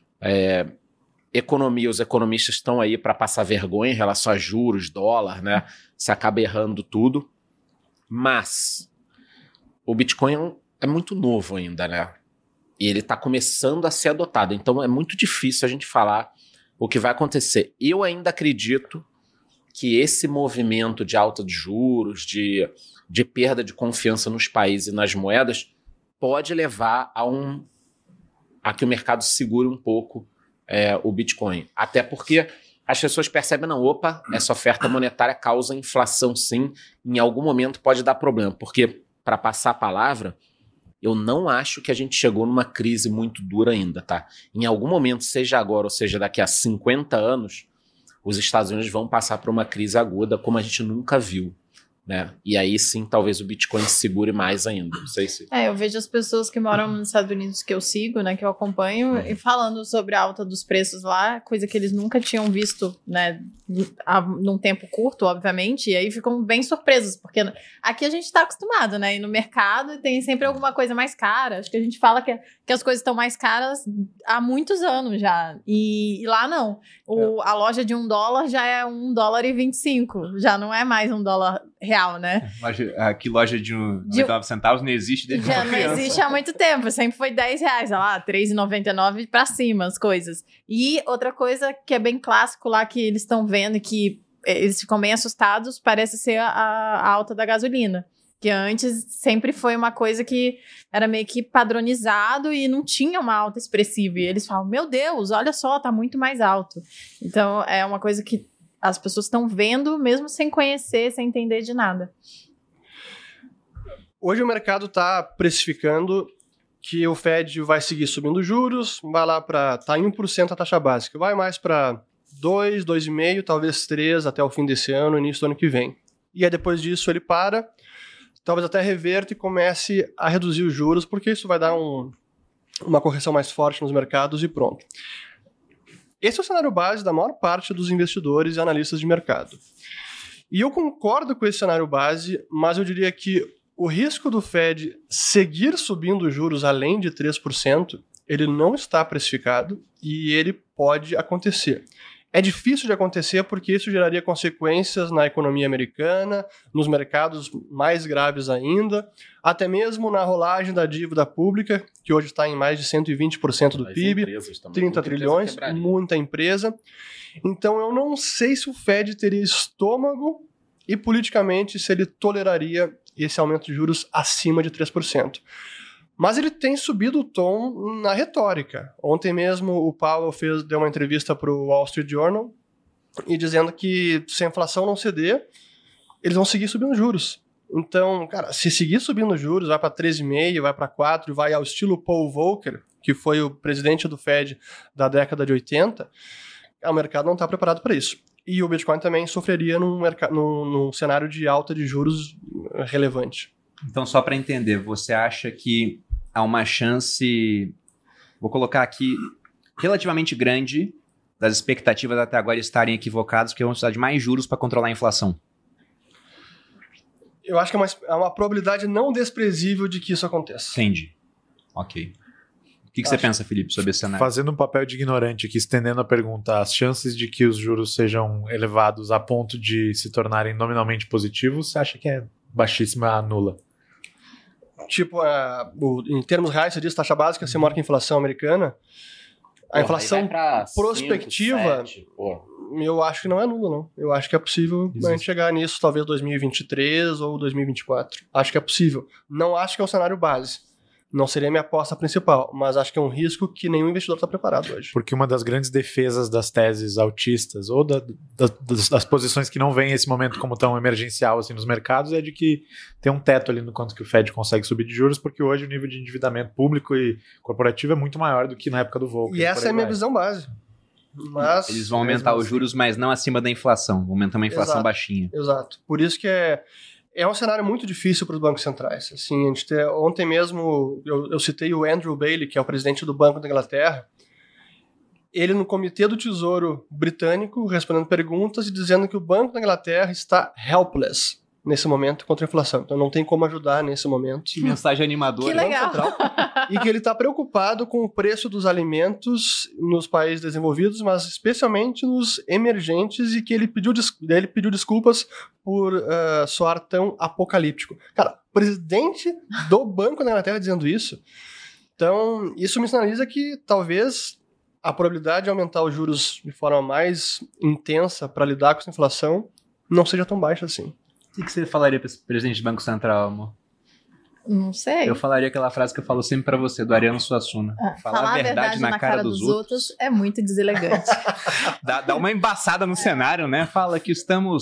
Os economistas estão aí para passar vergonha em relação a juros, dólar, né? Se acaba errando tudo. Mas o Bitcoin é muito novo ainda, né? E ele está começando a ser adotado. Então é muito difícil a gente falar o que vai acontecer. Eu ainda acredito que esse movimento de alta de juros, de perda de confiança nos países e nas moedas, pode levar a que o mercado segure um pouco o Bitcoin. Até porque as pessoas percebem, essa oferta monetária causa inflação sim, em algum momento pode dar problema. Porque, para passar a palavra, eu não acho que a gente chegou numa crise muito dura ainda, tá? Em algum momento, seja agora ou seja daqui a 50 anos, os Estados Unidos vão passar por uma crise aguda como a gente nunca viu, né? E aí sim, talvez o Bitcoin se segure mais ainda. Não sei se... eu vejo as pessoas que moram nos Estados Unidos que eu sigo, né, que eu acompanho, e falando sobre a alta dos preços lá, coisa que eles nunca tinham visto, né, num tempo curto, obviamente, e aí ficam bem surpresos, porque aqui a gente tá acostumado, né, ir no mercado e tem sempre alguma coisa mais cara. Acho que a gente fala que as coisas estão mais caras há muitos anos já, e lá não. A loja de $1 já é $1,25, já não é mais $1 real, né? Aqui loja de 99 centavos não existe desde já não existe há muito tempo, sempre foi R$10, sei lá, R$3,99 pra cima as coisas. E outra coisa que é bem clássico lá, que eles estão vendo, que eles ficam bem assustados, parece ser a alta da gasolina, que antes sempre foi uma coisa que era meio que padronizado e não tinha uma alta expressiva, e eles falam, meu Deus, olha só, tá muito mais alto. Então é uma coisa que as pessoas estão vendo, mesmo sem conhecer, sem entender de nada. Hoje o mercado está precificando que o Fed vai seguir subindo juros, vai lá para... Está em 1% a taxa básica, vai mais para 2, 2,5%, talvez 3% até o fim desse ano, início do ano que vem. E aí depois disso ele para, talvez até reverta e comece a reduzir os juros, porque isso vai dar uma correção mais forte nos mercados e pronto. Esse é o cenário base da maior parte dos investidores e analistas de mercado. E eu concordo com esse cenário base, mas eu diria que o risco do Fed seguir subindo os juros além de 3%, ele não está precificado e ele pode acontecer. É difícil de acontecer porque isso geraria consequências na economia americana, nos mercados mais graves ainda, até mesmo na rolagem da dívida pública, que hoje está em mais de 120% do PIB, 30 trilhões, muita empresa. Então eu não sei se o Fed teria estômago e politicamente se ele toleraria esse aumento de juros acima de 3%. Mas ele tem subido o tom na retórica. Ontem mesmo o Powell deu uma entrevista para o Wall Street Journal e dizendo que se a inflação não ceder, eles vão seguir subindo juros. Então, cara, se seguir subindo juros, vai para 3,5%, vai para 4%, vai ao estilo Paul Volcker, que foi o presidente do Fed da década de 80, o mercado não está preparado para isso. E o Bitcoin também sofreria num cenário de alta de juros relevante. Então, só para entender, você acha que há uma chance, vou colocar aqui, relativamente grande, das expectativas até agora estarem equivocadas, porque vão precisar de mais juros para controlar a inflação? Eu acho que é uma probabilidade não desprezível de que isso aconteça. Entendi. Ok. O que você pensa, Felipe, sobre esse cenário? Fazendo um papel de ignorante aqui, estendendo a pergunta, as chances de que os juros sejam elevados a ponto de se tornarem nominalmente positivos, você acha que é baixíssima, nula? Tipo, em termos reais, você diz taxa básica, você marca a inflação americana. A inflação prospectiva, 5, 7, eu acho que não é nula, não. Eu acho que é possível a gente chegar nisso, talvez 2023 ou 2024. Acho que é possível. Não acho que é o cenário base. Não seria minha aposta principal, mas acho que é um risco que nenhum investidor está preparado hoje. Porque uma das grandes defesas das teses autistas ou das posições que não veem esse momento como tão emergencial assim nos mercados é de que tem um teto ali no quanto que o Fed consegue subir de juros, porque hoje o nível de endividamento público e corporativo é muito maior do que na época do Volcker. E essa é a minha visão base. Mas eles vão aumentar os juros, mas não acima da inflação. Vão aumentar uma inflação baixinha. Exato. Por isso que é um cenário muito difícil para os bancos centrais. Assim, ontem mesmo eu citei o Andrew Bailey, que é o presidente do Banco da Inglaterra. Ele no Comitê do Tesouro britânico, respondendo perguntas e dizendo que o Banco da Inglaterra está helpless nesse momento contra a inflação. Então não tem como ajudar nesse momento. Que mensagem animadora. Que legal. E que ele está preocupado com o preço dos alimentos nos países desenvolvidos, mas especialmente nos emergentes, e que ele pediu desculpas por soar tão apocalíptico. Cara, presidente do Banco da Inglaterra dizendo isso. Então, isso me sinaliza que talvez a probabilidade de aumentar os juros de forma mais intensa para lidar com essa inflação não seja tão baixa assim. O que você falaria para esse presidente do Banco Central, amor? Não sei. Eu falaria aquela frase que eu falo sempre pra você, do Ariano Suassuna. Falar a verdade na cara dos outros é muito deselegante. Dá uma embaçada no cenário, né? Fala que estamos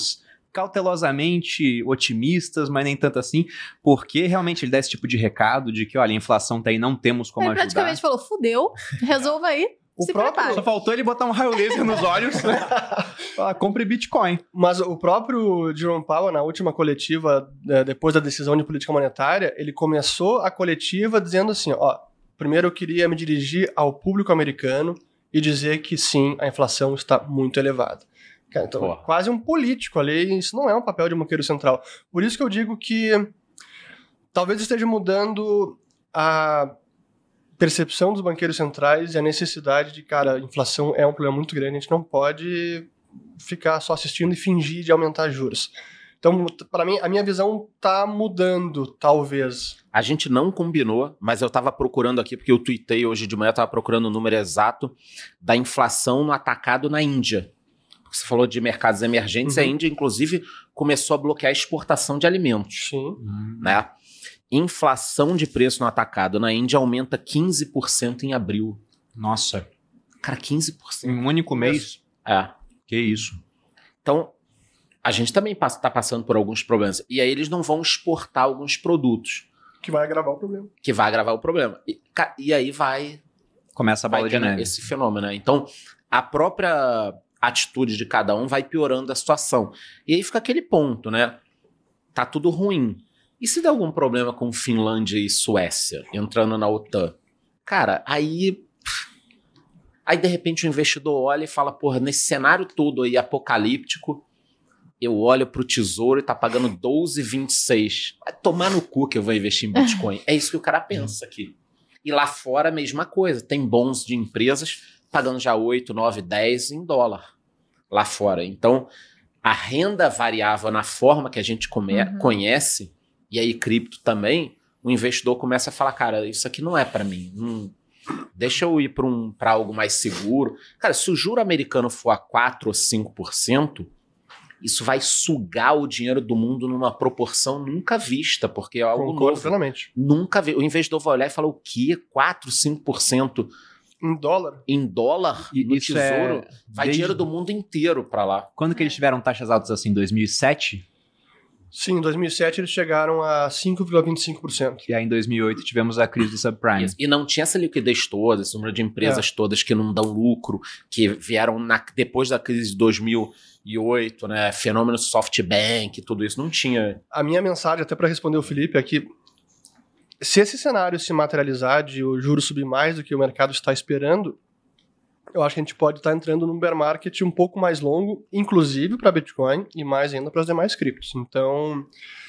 cautelosamente otimistas, mas nem tanto assim, porque realmente ele dá esse tipo de recado de que, olha, a inflação tá aí, não temos como ajudar. Ele praticamente falou, fudeu, resolva aí. Só faltou ele botar um raio laser nos olhos, né? Falar, compre Bitcoin. Mas o próprio Jerome Powell, na última coletiva, depois da decisão de política monetária, ele começou a coletiva dizendo assim, primeiro eu queria me dirigir ao público americano e dizer que sim, a inflação está muito elevada. Cara, então, quase um político ali, isso não é um papel de banqueiro central. Por isso que eu digo que talvez esteja mudando a percepção dos banqueiros centrais e a necessidade de, cara, a inflação é um problema muito grande, a gente não pode ficar só assistindo e fingir de aumentar juros. Então, para mim, a minha visão tá mudando, talvez. A gente não combinou, mas eu tava procurando aqui, porque eu tuitei hoje de manhã, eu tava procurando o número exato da inflação no atacado na Índia. Você falou de mercados emergentes, a Índia, inclusive, começou a bloquear a exportação de alimentos. Sim. Né? Inflação de preço no atacado na Índia aumenta 15% em abril. Nossa. Cara, 15%. Em um único mês? É. Que isso. Então, a gente também tá passando por alguns problemas. E aí eles não vão exportar alguns produtos. Que vai agravar o problema. E aí começa a bola de neve. Esse fenômeno, né? Então, a própria atitude de cada um vai piorando a situação. E aí fica aquele ponto, né? Tá tudo ruim. E se der algum problema com Finlândia e Suécia entrando na OTAN? Cara, aí de repente o investidor olha e fala, porra, nesse cenário todo aí apocalíptico, eu olho pro tesouro e tá pagando 12,26. Vai tomar no cu que eu vou investir em Bitcoin. É isso que o cara pensa aqui. E lá fora a mesma coisa. Tem bons de empresas pagando já 8, 9, 10 em dólar lá fora. Então, a renda variável na forma que a gente conhece, e aí cripto também, o investidor começa a falar, cara, isso aqui não é para mim. Deixa eu ir para algo mais seguro. Cara, se o juro americano for a 4 ou 5%, isso vai sugar o dinheiro do mundo numa proporção nunca vista, porque é algo novo. Plenamente. Nunca vi. O investidor vai olhar e falar, o quê? 4, 5%? Em dólar? Em dólar? E no isso tesouro? Vai dinheiro do mundo inteiro para lá. Quando que eles tiveram taxas altas assim? 2007? Sim, em 2007 eles chegaram a 5,25%. E aí em 2008 tivemos a crise do subprime. E não tinha essa liquidez toda, esse número de empresas todas que não dão lucro, que vieram depois da crise de 2008, né? Fenômeno SoftBank, tudo isso, não tinha. A minha mensagem, até para responder o Felipe, é que se esse cenário se materializar de o juro subir mais do que o mercado está esperando, eu acho que a gente pode estar entrando num bear market um pouco mais longo, inclusive para Bitcoin e mais ainda para as demais criptos. Então,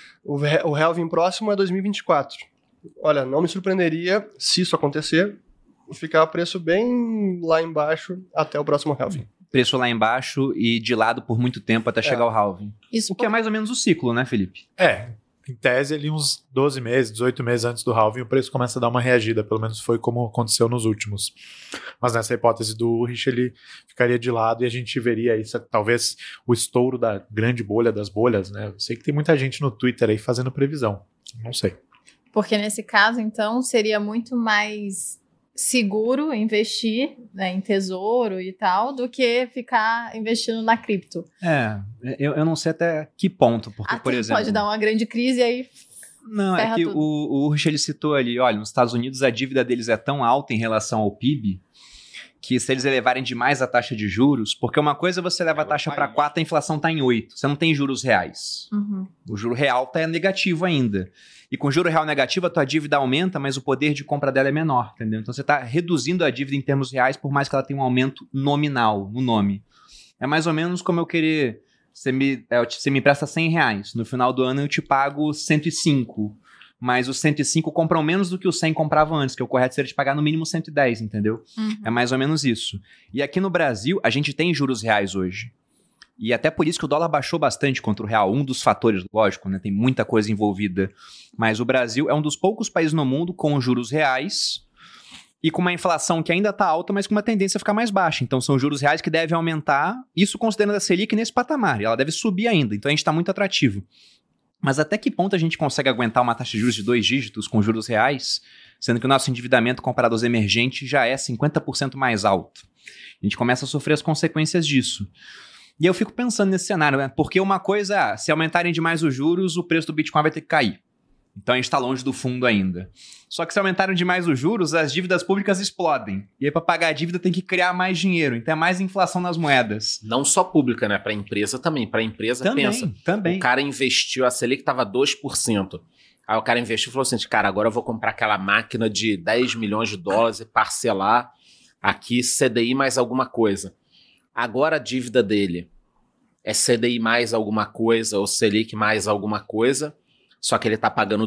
o halving próximo é 2024. Olha, não me surpreenderia se isso acontecer, ficar o preço bem lá embaixo até o próximo halving. Preço lá embaixo e de lado por muito tempo até chegar ao halving. Isso o que é mais ou menos o ciclo, né, Felipe? Em tese, ali uns 12 meses, 18 meses antes do halving, o preço começa a dar uma reagida, pelo menos foi como aconteceu nos últimos. Mas nessa hipótese do Ulrich, ele ficaria de lado e a gente veria isso, talvez o estouro da grande bolha das bolhas, né? Eu sei que tem muita gente no Twitter aí fazendo previsão, não sei. Porque nesse caso, então, seria muito mais seguro investir, né, em tesouro e tal, do que ficar investindo na cripto. Eu não sei até que ponto, porque, por exemplo... pode dar uma grande crise e aí... Não, é que o Ulrich, ele citou ali, olha, nos Estados Unidos a dívida deles é tão alta em relação ao PIB que se eles elevarem demais a taxa de juros, porque uma coisa é você leva a taxa para 4, a inflação está em 8, você não tem juros reais. O juro real está negativo ainda. E com juro real negativo, a tua dívida aumenta, mas o poder de compra dela é menor, entendeu? Então você está reduzindo a dívida em termos reais, por mais que ela tenha um aumento nominal no nome. É mais ou menos como eu querer... Você me empresta R$100, no final do ano eu te pago 105, mas os 105 compram menos do que os 100 compravam antes, que o correto seria te pagar no mínimo 110, entendeu? É mais ou menos isso. E aqui no Brasil, a gente tem juros reais hoje. E até por isso que o dólar baixou bastante contra o real. Um dos fatores, lógico, né? Tem muita coisa envolvida. Mas o Brasil é um dos poucos países no mundo com juros reais e com uma inflação que ainda está alta, mas com uma tendência a ficar mais baixa. Então são juros reais que devem aumentar, isso considerando a Selic nesse patamar. E ela deve subir ainda, então a gente está muito atrativo. Mas até que ponto a gente consegue aguentar uma taxa de juros de 2 dígitos com juros reais, sendo que o nosso endividamento comparado aos emergentes já é 50% mais alto? A gente começa a sofrer as consequências disso. E eu fico pensando nesse cenário, né? Porque uma coisa, se aumentarem demais os juros, o preço do Bitcoin vai ter que cair. Então a gente está longe do fundo ainda. Só que se aumentarem demais os juros, as dívidas públicas explodem. E aí para pagar a dívida tem que criar mais dinheiro. Então é mais inflação nas moedas. Não só pública, né? Para a empresa também. Para a empresa, pensa. Também. O cara investiu, a Selic estava 2%. Aí o cara investiu e falou assim, cara, agora eu vou comprar aquela máquina de 10 milhões de dólares e parcelar aqui CDI mais alguma coisa. Agora a dívida dele é CDI mais alguma coisa ou Selic mais alguma coisa. Só que ele está pagando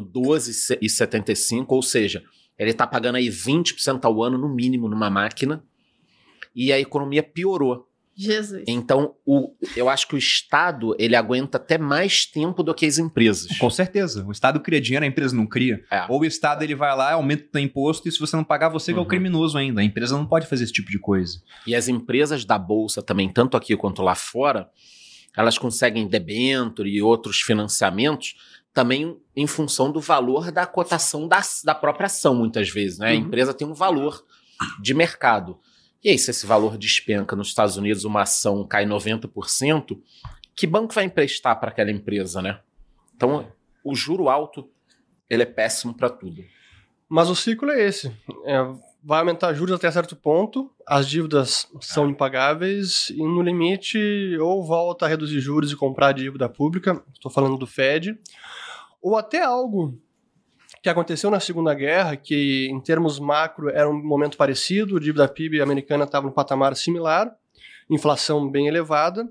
12,75, ou seja, ele está pagando aí 20% ao ano, no mínimo, numa máquina, e a economia piorou. Jesus. Então, eu acho que o Estado, ele aguenta até mais tempo do que as empresas. Com certeza. O Estado cria dinheiro, a empresa não cria. Ou o Estado ele vai lá, aumenta o imposto, e se você não pagar, você que é o criminoso ainda. A empresa não pode fazer esse tipo de coisa. E as empresas da Bolsa também, tanto aqui quanto lá fora, elas conseguem debênture e outros financiamentos também em função do valor da cotação da própria ação, muitas vezes, né? A empresa tem um valor de mercado. E aí, se esse valor despenca nos Estados Unidos, uma ação cai 90%, que banco vai emprestar para aquela empresa, né? Então, o juro alto, ele é péssimo para tudo. Mas o ciclo é esse. Vai aumentar juros até certo ponto, as dívidas são impagáveis e, no limite, ou volta a reduzir juros e comprar a dívida pública, estou falando do Fed, ou até algo que aconteceu na Segunda Guerra, que em termos macro era um momento parecido, a dívida PIB americana estava num patamar similar, inflação bem elevada,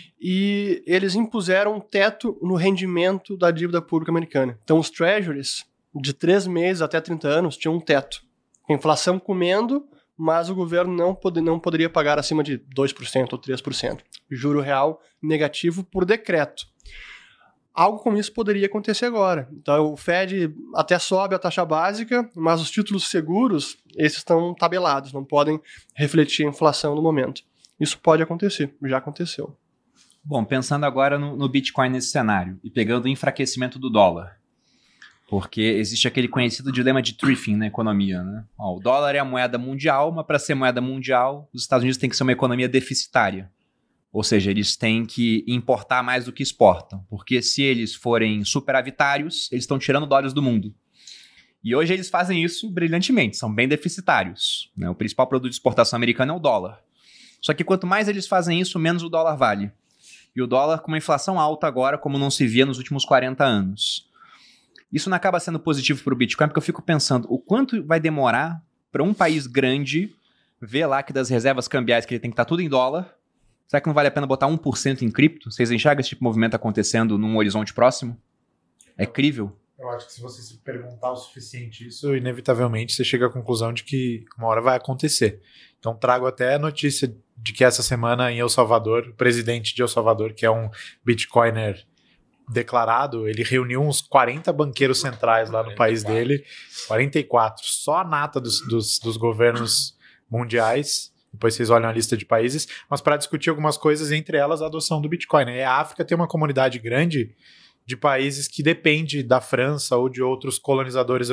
e eles impuseram um teto no rendimento da dívida pública americana. Então os treasuries, de 3 meses até 30 anos, tinham um teto. A inflação comendo, mas o governo não poderia pagar acima de 2% ou 3%. Juro real negativo por decreto. Algo como isso poderia acontecer agora. Então o Fed até sobe a taxa básica, mas os títulos seguros, esses estão tabelados, não podem refletir a inflação no momento. Isso pode acontecer, já aconteceu. Bom, pensando agora no Bitcoin nesse cenário e pegando o enfraquecimento do dólar. Porque existe aquele conhecido dilema de thrifting na economia, né? O dólar é a moeda mundial, mas para ser moeda mundial, os Estados Unidos têm que ser uma economia deficitária. Ou seja, eles têm que importar mais do que exportam. Porque se eles forem superavitários, eles estão tirando dólares do mundo. E hoje eles fazem isso brilhantemente, são bem deficitários, né? O principal produto de exportação americano é o dólar. Só que quanto mais eles fazem isso, menos o dólar vale. E o dólar com uma inflação alta agora, como não se via nos últimos 40 anos. Isso não acaba sendo positivo para o Bitcoin, porque eu fico pensando o quanto vai demorar para um país grande ver lá que das reservas cambiais que ele tem que estar tudo em dólar. Será que não vale a pena botar 1% em cripto? Vocês enxergam esse tipo de movimento acontecendo num horizonte próximo? É crível? Eu acho que se você se perguntar o suficiente isso, inevitavelmente você chega à conclusão de que uma hora vai acontecer. Então trago até a notícia de que essa semana em El Salvador, o presidente de El Salvador, que é um Bitcoiner declarado, ele reuniu uns 40 banqueiros centrais lá no país dele, 44, só a nata dos governos mundiais, depois vocês olham a lista de países, mas para discutir algumas coisas, entre elas a adoção do Bitcoin, né? E a África tem uma comunidade grande de países que depende da França ou de outros colonizadores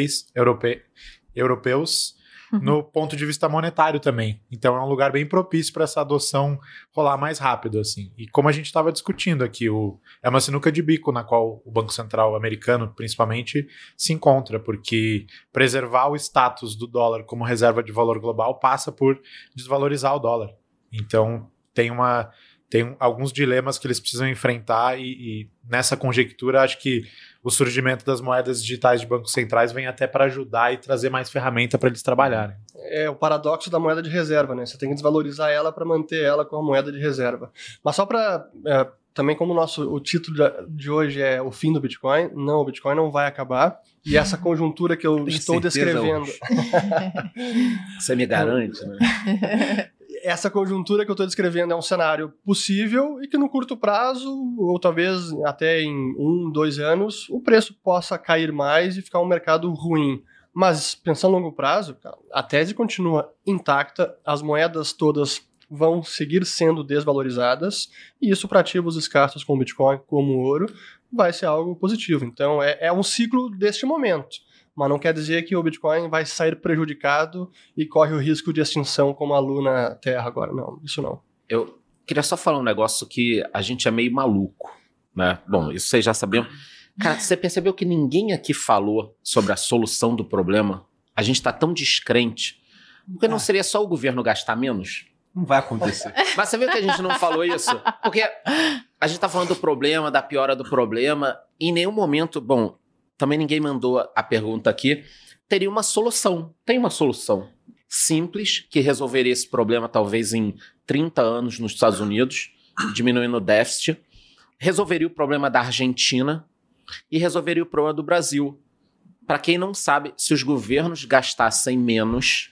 europeus no ponto de vista monetário também. Então é um lugar bem propício para essa adoção rolar mais rápido, assim. E como a gente estava discutindo aqui, é uma sinuca de bico na qual o Banco Central americano, principalmente, se encontra, porque preservar o status do dólar como reserva de valor global passa por desvalorizar o dólar. Então tem alguns dilemas que eles precisam enfrentar e nessa conjectura acho que o surgimento das moedas digitais de bancos centrais vem até para ajudar e trazer mais ferramenta para eles trabalharem. É o paradoxo da moeda de reserva, né? Você tem que desvalorizar ela para manter ela com a moeda de reserva. Mas só para... também como o título de hoje é o fim do Bitcoin, não, o Bitcoin não vai acabar. E essa conjuntura que eu estou descrevendo... Você me garante, né? Essa conjuntura que eu estou descrevendo é um cenário possível e que no curto prazo, ou talvez até em 1, 2 anos, o preço possa cair mais e ficar um mercado ruim. Mas, pensando a longo prazo, a tese continua intacta, as moedas todas vão seguir sendo desvalorizadas e isso para ativos escassos como o Bitcoin, como o ouro, vai ser algo positivo. Então, é um ciclo deste momento. Mas não quer dizer que o Bitcoin vai sair prejudicado e corre o risco de extinção como a Luna Terra agora. Não, isso não. queria só falar um negócio que a gente é meio maluco, né? Bom, isso vocês já sabiam. Cara, você percebeu que ninguém aqui falou sobre a solução do problema? A gente tá tão descrente. Porque não seria só o governo gastar menos? Não vai acontecer. Mas você viu que a gente não falou isso? Porque a gente tá falando do problema, da piora do problema, e em nenhum momento, bom, também ninguém mandou a pergunta aqui, teria uma solução. Tem uma solução simples que resolveria esse problema talvez em 30 anos nos Estados Unidos, diminuindo o déficit, resolveria o problema da Argentina e resolveria o problema do Brasil. Para quem não sabe, se os governos gastassem menos,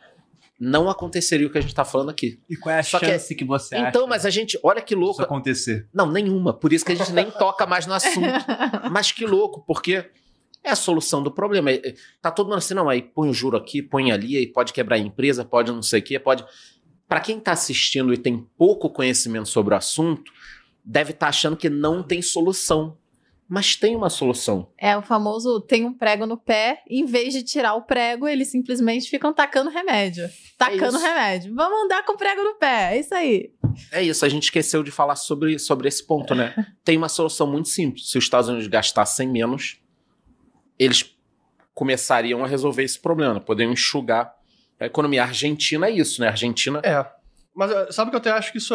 não aconteceria o que a gente está falando aqui. E qual é a chance que você acha? Então, mas a gente, olha que louco. Isso acontecer? Não, nenhuma. Por isso que a gente nem toca mais no assunto. Mas que louco, porque é a solução do problema. Tá todo mundo assim, não, aí põe o juro aqui, põe ali, aí pode quebrar a empresa, pode não sei o quê, pode... Para quem está assistindo e tem pouco conhecimento sobre o assunto, deve estar achando que não tem solução. Mas tem uma solução. É o famoso tem um prego no pé, em vez de tirar o prego, eles simplesmente ficam tacando remédio. Tacando remédio. Vamos andar com o prego no pé, é isso aí. É isso, a gente esqueceu de falar sobre esse ponto, né? Tem uma solução muito simples. Se os Estados Unidos gastassem menos, eles começariam a resolver esse problema, poderiam enxugar a economia. A Argentina é isso, né? A Argentina... Mas sabe que eu até acho que isso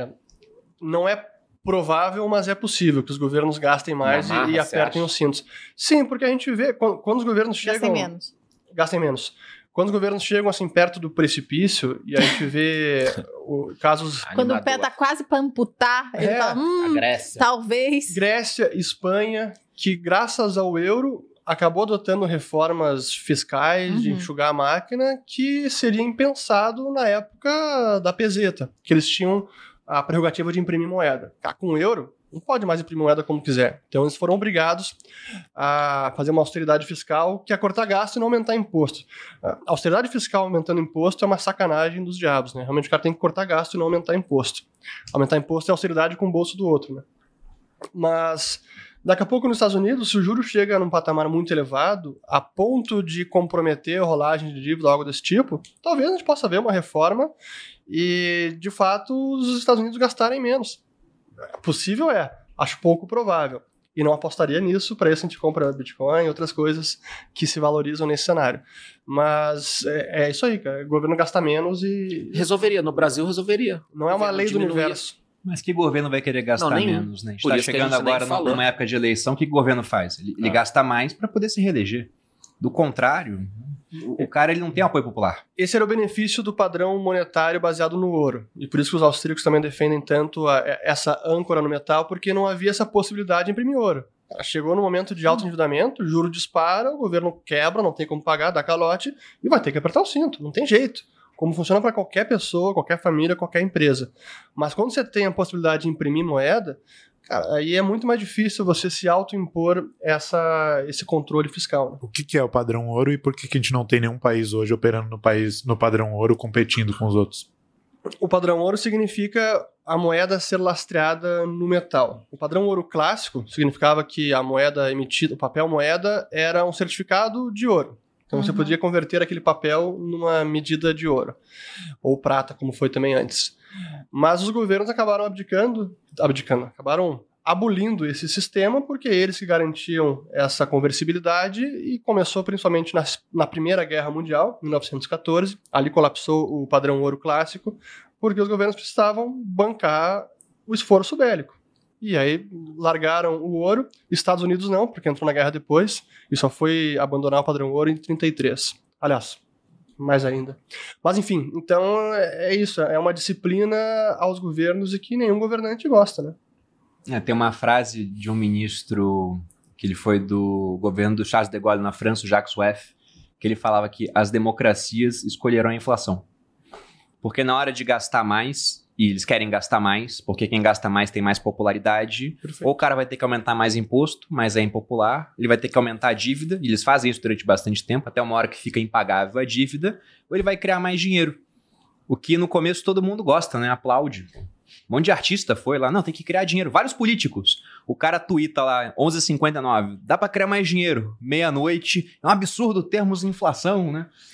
não é provável, mas é possível que os governos gastem mais e apertem os cintos. Sim, porque a gente vê, quando os governos chegam... Gastem menos. Quando os governos chegam assim perto do precipício e a gente vê casos... Quando o pé tá quase para amputar, ele fala, a Grécia. Talvez... Grécia, Espanha, que graças ao euro acabou adotando reformas fiscais de enxugar a máquina que seria impensado na época da peseta, que eles tinham a prerrogativa de imprimir moeda. Com o euro, não pode mais imprimir moeda como quiser. Então eles foram obrigados a fazer uma austeridade fiscal que é cortar gasto e não aumentar imposto. A austeridade fiscal aumentando imposto é uma sacanagem dos diabos, né? Realmente o cara tem que cortar gasto e não aumentar imposto. Aumentar imposto é austeridade com o bolso do outro, né? Mas daqui a pouco nos Estados Unidos, se o juro chega num patamar muito elevado, a ponto de comprometer a rolagem de dívida ou algo desse tipo, talvez a gente possa ver uma reforma e, de fato, os Estados Unidos gastarem menos. Possível acho pouco provável. E não apostaria nisso, para isso a gente compra Bitcoin e outras coisas que se valorizam nesse cenário. Mas é isso aí, cara. O governo gasta menos e... Resolveria, no Brasil resolveria. Não é uma lei do universo. Mas que governo vai querer gastar menos, né? A gente está chegando agora numa época de eleição, o que o governo faz? Ele gasta mais para poder se reeleger. Do contrário, o cara ele não tem apoio popular. Esse era o benefício do padrão monetário baseado no ouro. E por isso que os austríacos também defendem tanto essa âncora no metal, porque não havia essa possibilidade de imprimir ouro. Chegou no momento de alto endividamento, o juro dispara, o governo quebra, não tem como pagar, dá calote, e vai ter que apertar o cinto, não tem jeito. Como funciona para qualquer pessoa, qualquer família, qualquer empresa. Mas quando você tem a possibilidade de imprimir moeda, cara, aí é muito mais difícil você se autoimpor esse controle fiscal. Né? O que é o padrão ouro e por que a gente não tem nenhum país hoje operando no padrão ouro competindo com os outros? O padrão ouro significa a moeda ser lastreada no metal. O padrão ouro clássico significava que a moeda emitida, o papel moeda, era um certificado de ouro. Então você podia converter aquele papel numa medida de ouro. Ou prata, como foi também antes. Mas os governos acabaram acabaram abolindo esse sistema, porque eles que garantiam essa conversibilidade, e começou principalmente na Primeira Guerra Mundial, em 1914. Ali colapsou o padrão ouro clássico, porque os governos precisavam bancar o esforço bélico. E aí largaram o ouro, Estados Unidos não, porque entrou na guerra depois, e só foi abandonar o padrão ouro em 1933. Aliás, mais ainda. Mas enfim, então é isso, é uma disciplina aos governos e que nenhum governante gosta, né? Tem uma frase de um ministro que ele foi do governo do Charles de Gaulle na França, o Jacques Rueff, que ele falava que as democracias escolherão a inflação. Porque na hora de gastar mais, e eles querem gastar mais, porque quem gasta mais tem mais popularidade, Perfeito. Ou o cara vai ter que aumentar mais imposto, mas é impopular, ele vai ter que aumentar a dívida, e eles fazem isso durante bastante tempo, até uma hora que fica impagável a dívida, ou ele vai criar mais dinheiro. O que no começo todo mundo gosta, né? Aplaude. Um monte de artista foi lá, não, tem que criar dinheiro. Vários políticos. O cara tuita lá, 11h59, dá pra criar mais dinheiro. Meia-noite, é um absurdo termos inflação, né?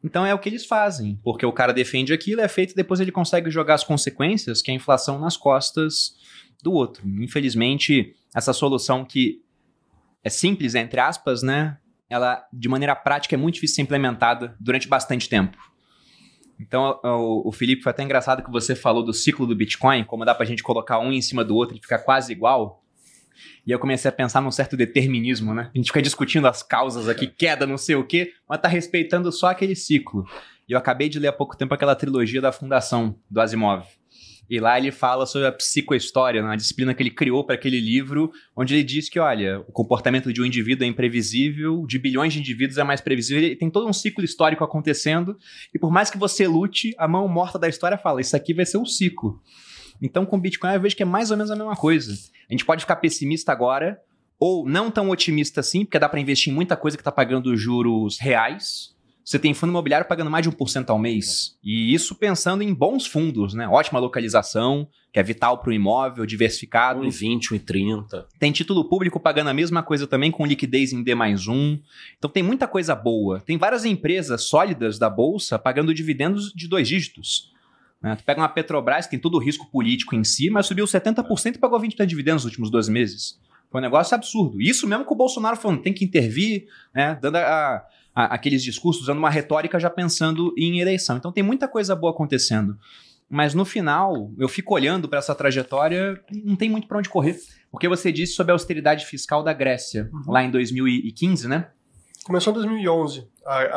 Então é o que eles fazem, porque o cara defende aquilo, é feito e depois ele consegue jogar as consequências, que é a inflação, nas costas do outro. Infelizmente, essa solução que é simples, entre aspas, né? Ela, de maneira prática, é muito difícil de ser implementada durante bastante tempo. Então, o Felipe, foi até engraçado que você falou do ciclo do Bitcoin, como dá pra gente colocar um em cima do outro e ficar quase igual. E eu comecei a pensar num certo determinismo, né? A gente fica discutindo as causas aqui, queda, não sei o quê, mas tá respeitando só aquele ciclo. E eu acabei de ler há pouco tempo aquela trilogia da Fundação, do Asimov. E lá ele fala sobre a psicohistória, uma disciplina que ele criou para aquele livro, onde ele diz que, olha, o comportamento de um indivíduo é imprevisível, de bilhões de indivíduos é mais previsível, ele tem todo um ciclo histórico acontecendo, e por mais que você lute, a mão morta da história fala, isso aqui vai ser um ciclo. Então, com o Bitcoin, eu vejo que é mais ou menos a mesma coisa. A gente pode ficar pessimista agora, ou não tão otimista assim, porque dá para investir em muita coisa que está pagando juros reais. Você tem fundo imobiliário pagando mais de 1% ao mês. E isso pensando em bons fundos, né? Ótima localização, que é vital para o imóvel, diversificado. 1,20, 1,30. Tem título público pagando a mesma coisa também, com liquidez em D+1. Então tem muita coisa boa. Tem várias empresas sólidas da Bolsa pagando dividendos de 2 dígitos. Né? Tu pega uma Petrobras, que tem todo o risco político em si, mas subiu 70% e pagou 20% de dividendos nos últimos 12 meses. Foi um negócio absurdo. Isso mesmo com o Bolsonaro falando, tem que intervir, né? Dando aqueles discursos, usando uma retórica já pensando em eleição. Então tem muita coisa boa acontecendo. Mas no final, eu fico olhando para essa trajetória, não tem muito para onde correr. Porque você disse sobre a austeridade fiscal da Grécia, lá em 2015, né? Começou em 2011.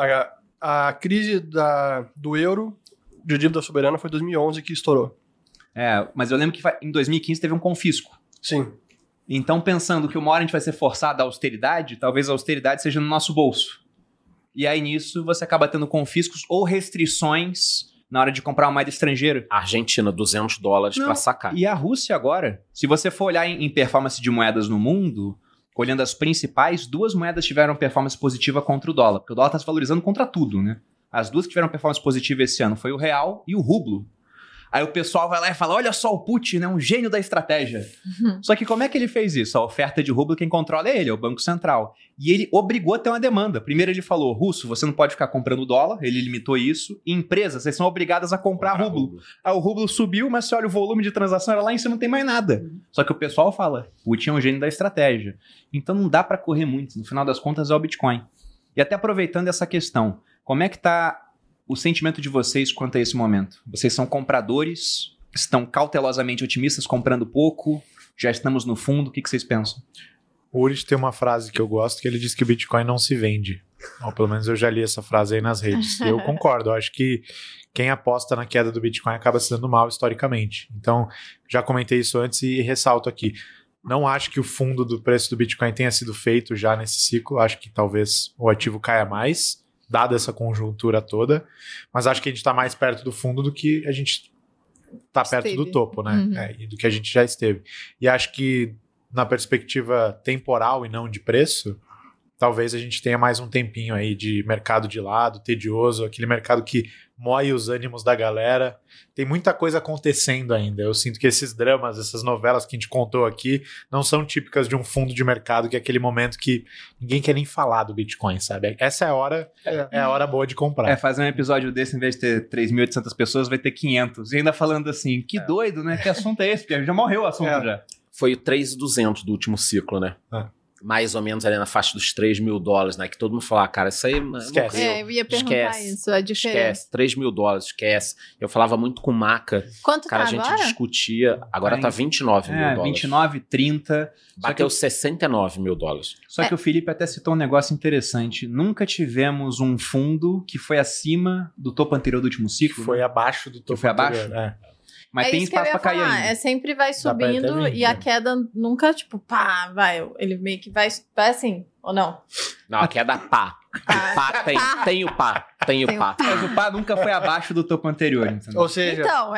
A crise do euro, de dívida soberana, foi em 2011 que estourou. Mas eu lembro que em 2015 teve um confisco. Sim. Então, pensando que uma hora a gente vai ser forçado à austeridade, talvez a austeridade seja no nosso bolso. E aí, nisso, você acaba tendo confiscos ou restrições na hora de comprar uma moeda estrangeira. Argentina, $200 para sacar. E a Rússia agora, se você for olhar em performance de moedas no mundo, olhando as principais, 2 moedas tiveram performance positiva contra o dólar, porque o dólar está se valorizando contra tudo, né? As 2 que tiveram performance positiva esse ano foi o real e o rublo. Aí o pessoal vai lá e fala, olha só o Putin, né? Um gênio da estratégia. Só que como é que ele fez isso? A oferta de rublo, quem controla é ele, é o Banco Central. E ele obrigou a ter uma demanda. Primeiro ele falou, russo, você não pode ficar comprando dólar, ele limitou isso. E empresas, vocês são obrigadas a comprar rublo. Aí o rublo subiu, mas você olha o volume de transação, era lá em cima, não tem mais nada. Só que o pessoal fala, Putin é um gênio da estratégia. Então não dá para correr muito. No final das contas é o Bitcoin. E até aproveitando essa questão, como é que tá o sentimento de vocês quanto a esse momento? Vocês são compradores? Estão cautelosamente otimistas, comprando pouco? Já estamos no fundo? O que vocês pensam? O Ulrich tem uma frase que eu gosto, que ele diz que o Bitcoin não se vende. Ou pelo menos eu já li essa frase aí nas redes. E eu concordo. Eu acho que quem aposta na queda do Bitcoin acaba se dando mal historicamente. Então, já comentei isso antes e ressalto aqui. Não acho que o fundo do preço do Bitcoin tenha sido feito já nesse ciclo. Acho que talvez o ativo caia mais, dada essa conjuntura toda, mas acho que a gente está mais perto do fundo do que a gente está perto do topo, né? E do que a gente já esteve. E acho que na perspectiva temporal e não de preço, talvez a gente tenha mais um tempinho aí de mercado de lado, tedioso, aquele mercado que moe os ânimos da galera. Tem muita coisa acontecendo ainda. Eu sinto que esses dramas, essas novelas que a gente contou aqui, não são típicas de um fundo de mercado, que é aquele momento que ninguém quer nem falar do Bitcoin, sabe? Essa é a hora, é a hora boa de comprar. Fazer um episódio desse, em vez de ter 3.800 pessoas, vai ter 500. E ainda falando assim, que doido, né? Que assunto é esse? Porque já morreu o assunto já. Foi o 3.200 do último ciclo, né? Mais ou menos ali na faixa dos $3.000, né? Que todo mundo fala, cara, isso aí... Esquece. Eu ia perguntar isso, a diferença. Esquece, $3.000, esquece. Eu falava muito com Maca. Quanto cara, tá agora? A gente discutia, agora tá $29 mil. 29, 30. Bateu $69 mil. Só que o Felipe até citou um negócio interessante. Nunca tivemos um fundo que foi acima do topo anterior do último ciclo. Foi abaixo do topo foi abaixo? Anterior, Mas tem espaço pra cair ainda. Sempre vai subindo e a queda nunca, tipo, pá, vai. Ele meio que vai assim, ou não? Não, a queda pá. O pá tem o pá. Tem o pá. Mas o pá nunca foi abaixo do topo anterior, entendeu? Ou seja... Então,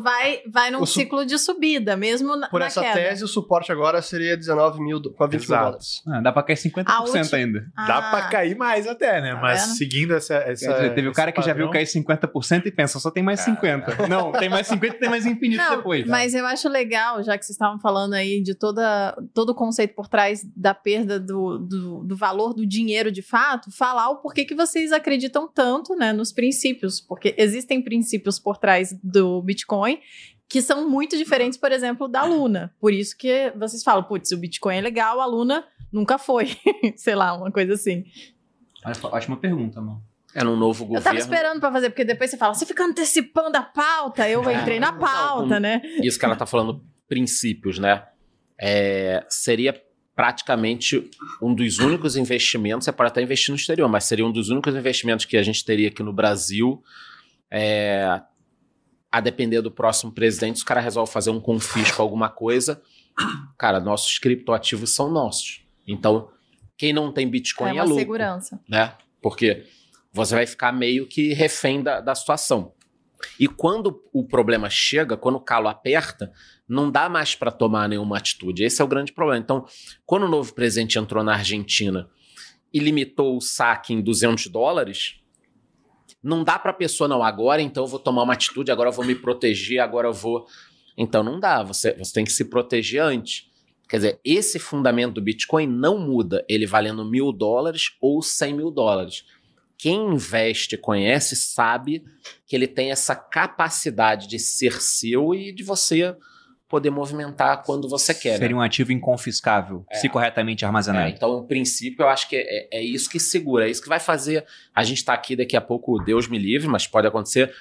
vai num ciclo de subida, mesmo na queda. Por essa tese, o suporte agora seria 19 mil, com $20 mil. Dá pra cair 50% ainda. Dá pra cair mais até, né? Mas seguindo essa teve o cara que já viu cair 50% e pensa, só tem mais 50. Não, tem mais 50 e tem mais infinito depois. Mas eu acho legal, já que vocês estavam falando aí de todo o conceito por trás da perda do valor do dinheiro de fato, falar o porquê que vocês acreditam tanto ponto, né, nos princípios, porque existem princípios por trás do Bitcoin que são muito diferentes, por exemplo, da Luna. Por isso que vocês falam, putz, o Bitcoin é legal, a Luna nunca foi. Sei lá, uma coisa assim. Ótima pergunta, mano. É num novo governo. Eu tava esperando pra fazer, porque depois você fala, você fica antecipando a pauta, eu entrei na pauta, né? Isso que ela tá falando, princípios, né? Seria praticamente um dos únicos investimentos, você pode até investir no exterior, mas seria um dos únicos investimentos que a gente teria aqui no Brasil, a depender do próximo presidente, se o cara resolve fazer um confisco, alguma coisa, cara, nossos criptoativos são nossos. Então, quem não tem Bitcoin é louco. Segurança. Né? Porque você vai ficar meio que refém da situação. E quando o problema chega, quando o calo aperta, não dá mais para tomar nenhuma atitude. Esse é o grande problema. Então, quando o novo presidente entrou na Argentina e limitou o saque em $200, não dá para a pessoa, não, agora então eu vou tomar uma atitude, agora eu vou me proteger, agora eu vou... Então não dá, você tem que se proteger antes. Quer dizer, esse fundamento do Bitcoin não muda, ele valendo $1.000 ou $100.000. Quem investe e conhece sabe que ele tem essa capacidade de ser seu e de você poder movimentar quando você quer. Seria um ativo inconfiscável, se corretamente armazenado. Então, o princípio, eu acho que é isso que segura, é isso que vai fazer. A gente está aqui daqui a pouco, Deus me livre, mas pode acontecer,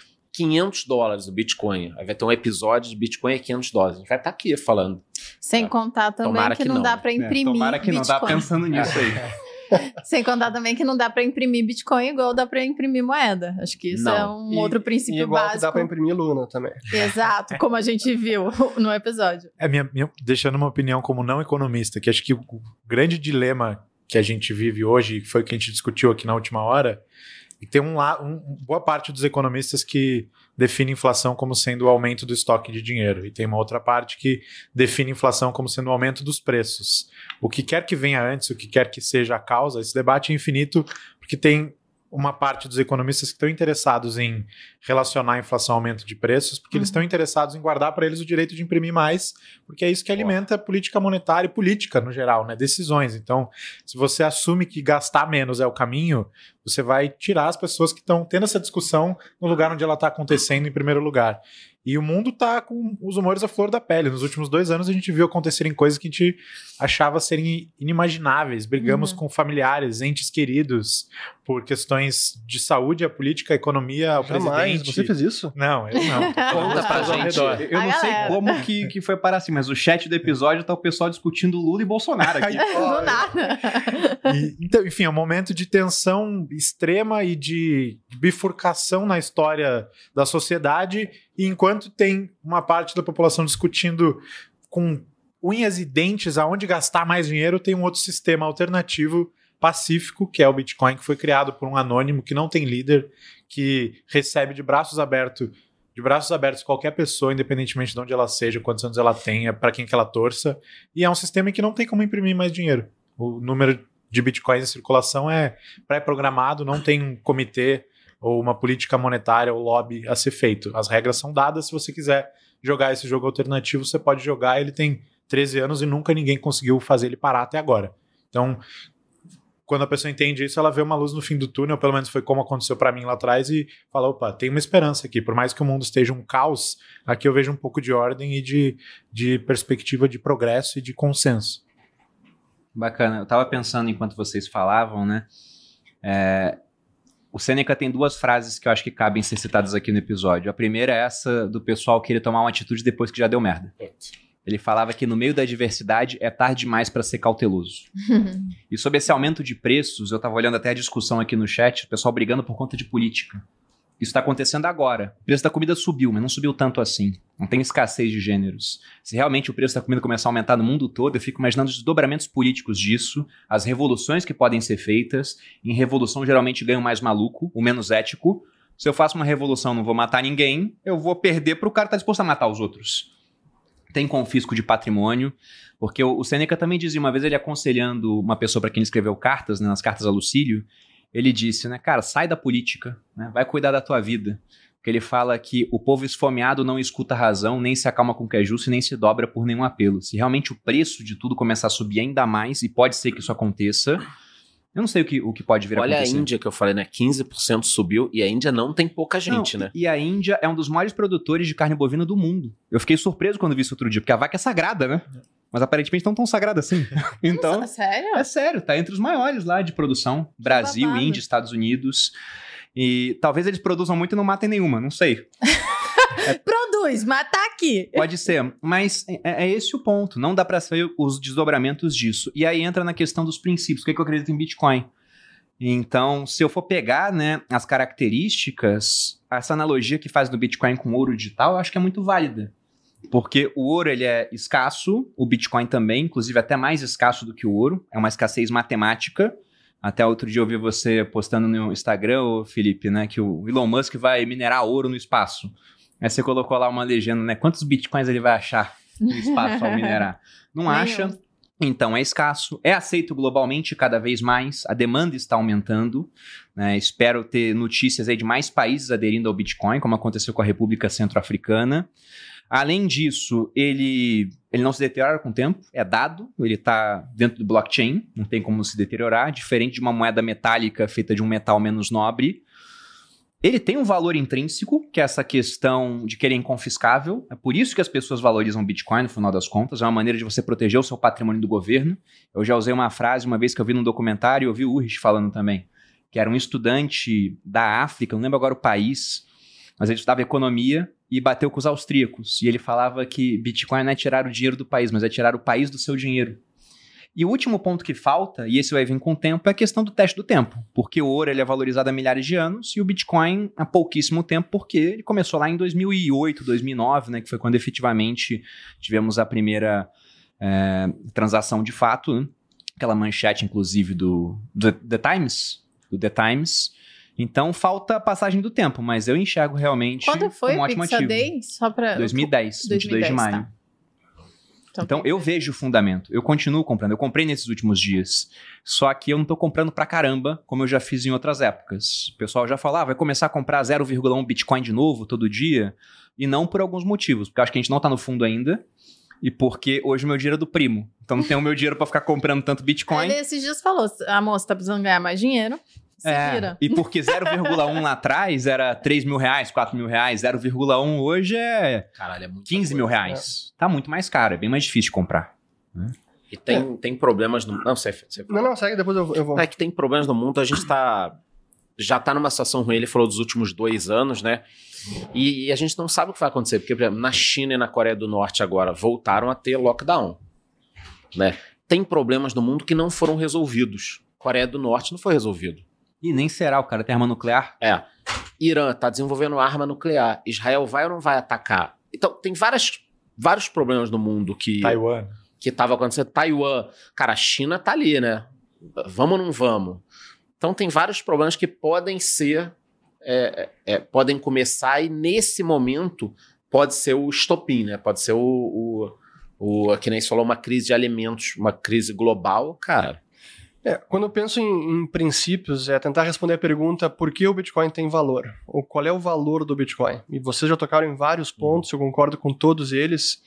$500 do Bitcoin. Aí vai ter um episódio de Bitcoin a $500. A gente vai estar aqui falando. Sem contar também Tomara que não dá para imprimir tomara que Bitcoin. não dá pensando nisso aí. Sem contar também que não dá para imprimir Bitcoin igual dá para imprimir moeda. Acho que isso é um outro princípio igual básico. Que dá para imprimir Luna também. Exato, como a gente viu no episódio. Deixando uma opinião como não economista, que acho que o grande dilema que a gente vive hoje, que foi o que a gente discutiu aqui na última hora, e tem boa parte dos economistas que define inflação como sendo o aumento do estoque de dinheiro. E tem uma outra parte que define inflação como sendo o aumento dos preços. O que quer que venha antes, o que quer que seja a causa, esse debate é infinito, porque tem uma parte dos economistas que estão interessados em relacionar a inflação ao aumento de preços, porque eles estão interessados em guardar para eles o direito de imprimir mais, porque é isso que alimenta a política monetária e política no geral, né? Decisões. Então, se você assume que gastar menos é o caminho, você vai tirar as pessoas que estão tendo essa discussão no lugar onde ela está acontecendo em primeiro lugar. E o mundo está com os humores à flor da pele. Nos últimos 2 anos a gente viu acontecerem coisas que a gente achava serem inimagináveis. Brigamos com familiares, entes queridos, por questões de saúde, a política, a economia, o presidente. Você fez isso? Não, eu não. Conta pra gente. Eu não sei como que foi parar assim, mas o chat do episódio tá o pessoal discutindo Lula e Bolsonaro aqui. Do nada. Então, enfim, é um momento de tensão extrema e de bifurcação na história da sociedade, e enquanto tem uma parte da população discutindo com unhas e dentes aonde gastar mais dinheiro, tem um outro sistema alternativo pacífico, que é o Bitcoin, que foi criado por um anônimo que não tem líder, que recebe de braços abertos qualquer pessoa, independentemente de onde ela seja, quantos anos ela tenha, para quem que ela torça, e é um sistema em que não tem como imprimir mais dinheiro. O número de Bitcoins em circulação é pré-programado, não tem um comitê ou uma política monetária ou lobby a ser feito. As regras são dadas, se você quiser jogar esse jogo alternativo, você pode jogar, ele tem 13 anos e nunca ninguém conseguiu fazer ele parar até agora. Então, quando a pessoa entende isso, ela vê uma luz no fim do túnel, pelo menos foi como aconteceu para mim lá atrás, e fala, opa, tem uma esperança aqui, por mais que o mundo esteja um caos, aqui eu vejo um pouco de ordem e de perspectiva de progresso e de consenso. Bacana, eu tava pensando enquanto vocês falavam, né, o Sêneca tem 2 frases que eu acho que cabem ser citadas aqui no episódio. A primeira é essa do pessoal querer tomar uma atitude depois que já deu merda. Ele falava que no meio da adversidade é tarde demais para ser cauteloso. E sobre esse aumento de preços, eu estava olhando até a discussão aqui no chat, o pessoal brigando por conta de política. Isso está acontecendo agora. O preço da comida subiu, mas não subiu tanto assim. Não tem escassez de gêneros. Se realmente o preço da comida começar a aumentar no mundo todo, eu fico imaginando os desdobramentos políticos disso, as revoluções que podem ser feitas. Em revolução, geralmente ganha o mais maluco, o menos ético. Se eu faço uma revolução, não vou matar ninguém, eu vou perder para o cara que está disposto a matar os outros. Tem confisco de patrimônio, porque o Sêneca também dizia, uma vez ele aconselhando uma pessoa para quem ele escreveu cartas, né, nas cartas a Lucílio, ele disse, né, cara, sai da política, né, vai cuidar da tua vida. Porque ele fala que o povo esfomeado não escuta a razão, nem se acalma com o que é justo e nem se dobra por nenhum apelo. Se realmente o preço de tudo começar a subir ainda mais, e pode ser que isso aconteça, Eu não sei o que pode vir a acontecer. Olha a Índia que eu falei, né? 15% subiu e a Índia não tem pouca gente, né? E a Índia é um dos maiores produtores de carne bovina do mundo. Eu fiquei surpreso quando vi isso outro dia, porque a vaca é sagrada, né? Mas aparentemente não tão sagrada assim. Então, nossa, sério? É sério, tá entre os maiores lá de produção. Brasil, Índia, Estados Unidos. E talvez eles produzam muito e não matem nenhuma, não sei. Produz, mata aqui. Pode ser, mas é esse o ponto. Não dá pra saber os desdobramentos disso. E aí entra na questão dos princípios. O que eu acredito em Bitcoin? Então, se eu for pegar, né, as características, essa analogia que faz do Bitcoin com ouro digital, eu acho que é muito válida. Porque o ouro ele é escasso, o Bitcoin também, inclusive até mais escasso do que o ouro. É uma escassez matemática. Até outro dia eu vi você postando no Instagram, Felipe, né, que o Elon Musk vai minerar ouro no espaço. Aí você colocou lá uma legenda, né? Quantos bitcoins ele vai achar no espaço ao minerar? Não acha, então é escasso. É aceito globalmente cada vez mais. A demanda está aumentando. Né? Espero ter notícias aí de mais países aderindo ao Bitcoin, como aconteceu com a República Centro-Africana. Além disso, ele não se deteriora com o tempo, é dado, ele está dentro do blockchain, não tem como se deteriorar, diferente de uma moeda metálica feita de um metal menos nobre. Ele tem um valor intrínseco, que é essa questão de que ele é inconfiscável. É por isso que as pessoas valorizam o Bitcoin, no final das contas. É uma maneira de você proteger o seu patrimônio do governo. Eu já usei uma frase uma vez que eu vi num documentário, eu vi o Ulrich falando também, que era um estudante da África, não lembro agora o país, mas ele estudava economia e bateu com os austríacos. E ele falava que Bitcoin não é tirar o dinheiro do país, mas é tirar o país do seu dinheiro. E o último ponto que falta, e esse vai vir com o tempo, é a questão do teste do tempo. Porque o ouro ele é valorizado há milhares de anos e o Bitcoin há pouquíssimo tempo, porque ele começou lá em 2008, 2009, né, que foi quando efetivamente tivemos a primeira transação de fato, né? Aquela manchete, inclusive, do The Times. Então, falta a passagem do tempo, mas eu enxergo realmente quando foi um ótimo ativo. Day? Só pra... 2010, 22 de maio. Tá. Então, eu vejo o fundamento. Eu continuo comprando. Eu comprei nesses últimos dias. Só que eu não tô comprando pra caramba, como eu já fiz em outras épocas. O pessoal já falava, vai começar a comprar 0,1 Bitcoin de novo todo dia. E não por alguns motivos. Porque eu acho que a gente não tá no fundo ainda. E porque hoje o meu dinheiro é do primo. Então, não tenho o meu dinheiro pra ficar comprando tanto Bitcoin. Ele esses dias falou, a moça tá precisando ganhar mais dinheiro. Se vira. E porque 0,1 lá atrás era 3 mil reais, 4 mil reais, 0,1 hoje é, caralho, é muito 15 mil reais. Tá muito mais caro, é bem mais difícil de comprar. E tem problemas no... Não, você Não, segue, depois eu vou. É que tem problemas no mundo, a gente já tá numa situação ruim, ele falou dos últimos 2 anos, né? E a gente não sabe o que vai acontecer, porque, por exemplo, na China e na Coreia do Norte agora voltaram a ter lockdown, né? Tem problemas no mundo que não foram resolvidos. Coreia do Norte não foi resolvido. E nem será, o cara tem arma nuclear. Irã tá desenvolvendo arma nuclear. Israel vai ou não vai atacar? Então, tem vários problemas no mundo que... Taiwan. Que tava acontecendo. Taiwan. Cara, a China tá ali, né? Vamos ou não vamos? Então, tem vários problemas que podem ser... podem começar e, nesse momento, pode ser o estopim, né? Pode ser que nem você falou, uma crise de alimentos, uma crise global, cara... Quando eu penso em princípios, é tentar responder a pergunta por que o Bitcoin tem valor, ou qual é o valor do Bitcoin. E vocês já tocaram em vários pontos, eu concordo com todos eles.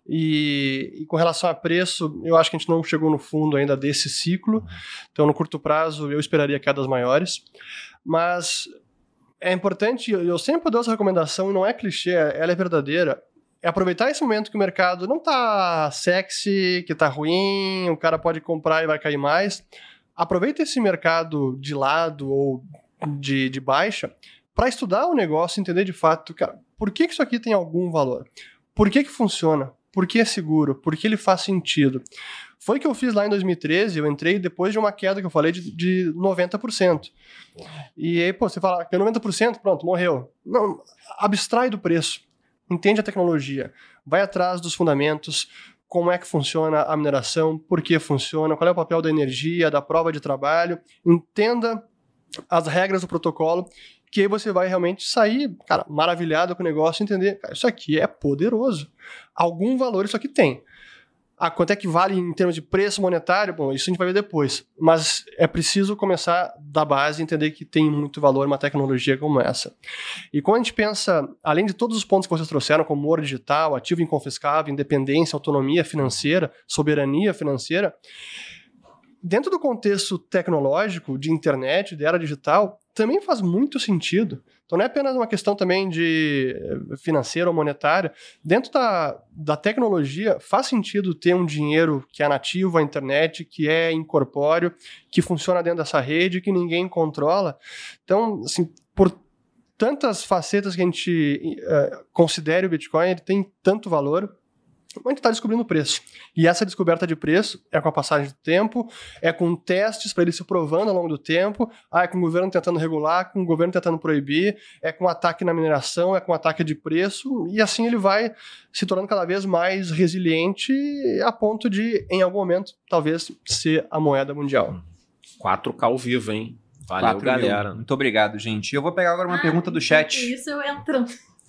E com relação a preço, eu acho que a gente não chegou no fundo ainda desse ciclo. Então, no curto prazo, eu esperaria quedas maiores. Mas é importante, eu sempre dou essa recomendação, e não é clichê, ela é verdadeira, é aproveitar esse momento que o mercado não tá sexy, que tá ruim, o cara pode comprar e vai cair mais. Aproveita esse mercado de lado ou de baixa para estudar o negócio, entender de fato, cara, por que isso aqui tem algum valor? Por que funciona? Por que é seguro? Por que ele faz sentido? Foi o que eu fiz lá em 2013, eu entrei depois de uma queda que eu falei de 90%. E aí, você fala que é 90%, pronto, morreu. Não, abstrai do preço. Entende a tecnologia, vai atrás dos fundamentos, como é que funciona a mineração, por que funciona, qual é o papel da energia, da prova de trabalho, entenda as regras do protocolo, que aí você vai realmente sair, cara, maravilhado com o negócio e entender, cara, isso aqui é poderoso, algum valor isso aqui tem. Quanto é que vale em termos de preço monetário? Bom, isso a gente vai ver depois. Mas é preciso começar da base e entender que tem muito valor uma tecnologia como essa. E quando a gente pensa, além de todos os pontos que vocês trouxeram, como ouro digital, ativo inconfiscável, independência, autonomia financeira, soberania financeira, dentro do contexto tecnológico, de internet, de era digital, também faz muito sentido. Então não é apenas uma questão também de financeira ou monetária. Dentro da tecnologia, faz sentido ter um dinheiro que é nativo à internet, que é incorpóreo, que funciona dentro dessa rede, que ninguém controla. Então, assim, por tantas facetas que a gente considere o Bitcoin, ele tem tanto valor, a gente está descobrindo o preço. E essa descoberta de preço é com a passagem do tempo, é com testes para ele se provando ao longo do tempo, é com o governo tentando regular, com o governo tentando proibir, é com ataque na mineração, é com ataque de preço, e assim ele vai se tornando cada vez mais resiliente a ponto de, em algum momento, talvez ser a moeda mundial. 4K ao vivo, hein? Valeu, galera. Muito obrigado, gente. Eu vou pegar agora uma pergunta do chat. Isso eu entro.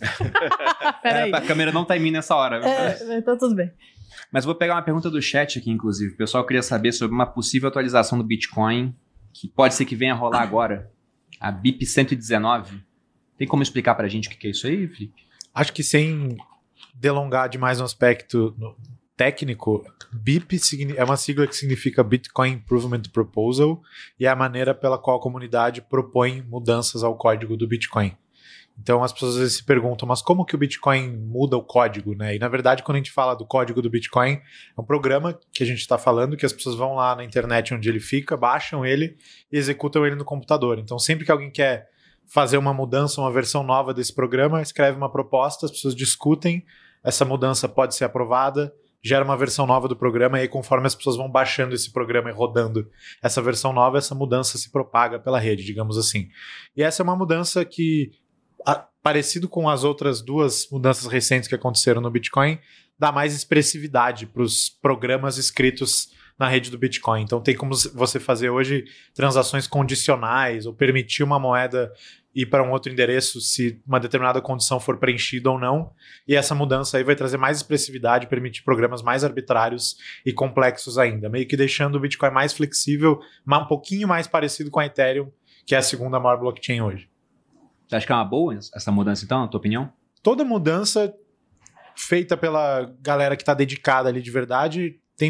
Peraí. A câmera não tá em mim nessa hora. Então tudo bem. Mas vou pegar uma pergunta do chat aqui, inclusive. O pessoal queria saber sobre uma possível atualização do Bitcoin, que pode ser que venha a rolar agora. A BIP 119. Tem como explicar pra gente o que é isso aí, Felipe? Acho que sem delongar demais no aspecto técnico, BIP é uma sigla que significa Bitcoin Improvement Proposal e é a maneira pela qual a comunidade propõe mudanças ao código do Bitcoin. Então as pessoas às vezes se perguntam, mas como que o Bitcoin muda o código, né? E na verdade, quando a gente fala do código do Bitcoin, é um programa que a gente está falando, que as pessoas vão lá na internet onde ele fica, baixam ele e executam ele no computador. Então sempre que alguém quer fazer uma mudança, uma versão nova desse programa, escreve uma proposta, as pessoas discutem, essa mudança pode ser aprovada, gera uma versão nova do programa, e aí conforme as pessoas vão baixando esse programa e rodando essa versão nova, essa mudança se propaga pela rede, digamos assim. E essa é uma mudança que, parecido com as outras duas mudanças recentes que aconteceram no Bitcoin, dá mais expressividade para os programas escritos na rede do Bitcoin. Então tem como você fazer hoje transações condicionais ou permitir uma moeda ir para um outro endereço se uma determinada condição for preenchida ou não. E essa mudança aí vai trazer mais expressividade, permitir programas mais arbitrários e complexos ainda, meio que deixando o Bitcoin mais flexível, mas um pouquinho mais parecido com a Ethereum, que é a segunda maior blockchain hoje. Você acha que é uma boa essa mudança, então, na tua opinião? Toda mudança feita pela galera que está dedicada ali de verdade tem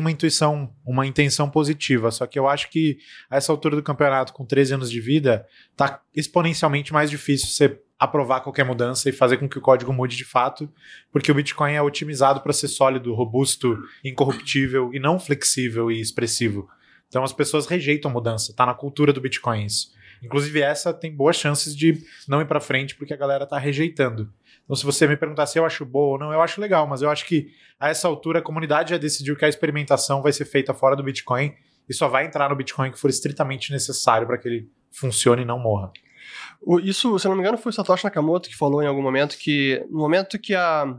uma intenção positiva. Só que eu acho que a essa altura do campeonato, com 13 anos de vida, tá exponencialmente mais difícil você aprovar qualquer mudança e fazer com que o código mude de fato, porque o Bitcoin é otimizado para ser sólido, robusto, incorruptível e não flexível e expressivo. Então as pessoas rejeitam mudança, tá na cultura do Bitcoin isso. Inclusive essa tem boas chances de não ir para frente porque a galera tá rejeitando. Então se você me perguntar se eu acho boa ou não, eu acho legal, mas eu acho que a essa altura a comunidade já decidiu que a experimentação vai ser feita fora do Bitcoin e só vai entrar no Bitcoin que for estritamente necessário para que ele funcione e não morra. Isso, se não me engano, foi o Satoshi Nakamoto que falou em algum momento que no momento que a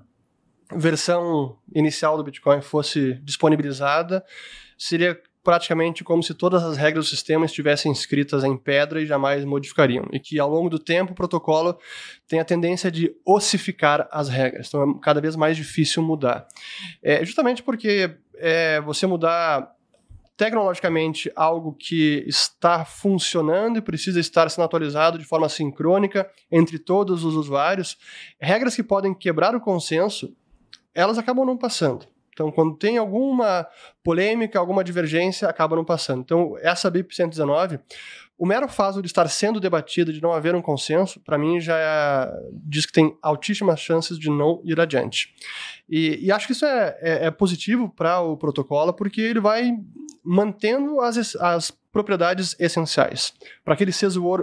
versão inicial do Bitcoin fosse disponibilizada, seria praticamente como se todas as regras do sistema estivessem escritas em pedra e jamais modificariam. E que, ao longo do tempo, o protocolo tem a tendência de ossificar as regras. Então, é cada vez mais difícil mudar. Justamente porque você mudar tecnologicamente algo que está funcionando e precisa estar sendo atualizado de forma sincrônica entre todos os usuários, regras que podem quebrar o consenso, elas acabam não passando. Então, quando tem alguma polêmica, alguma divergência, acaba não passando. Então, essa BIP 119, o mero fato de estar sendo debatida, de não haver um consenso, para mim já diz que tem altíssimas chances de não ir adiante. E acho que isso é positivo para o protocolo, porque ele vai mantendo as propriedades essenciais. Para que ele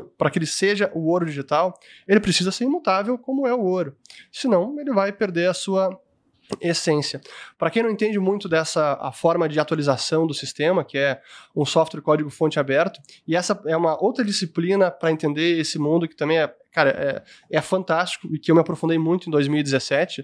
seja o ouro digital, ele precisa ser imutável como é o ouro. Senão, ele vai perder a sua essência. Para quem não entende muito a forma de atualização do sistema, que é um software código-fonte aberto, e essa é uma outra disciplina para entender esse mundo que também é fantástico e que eu me aprofundei muito em 2017,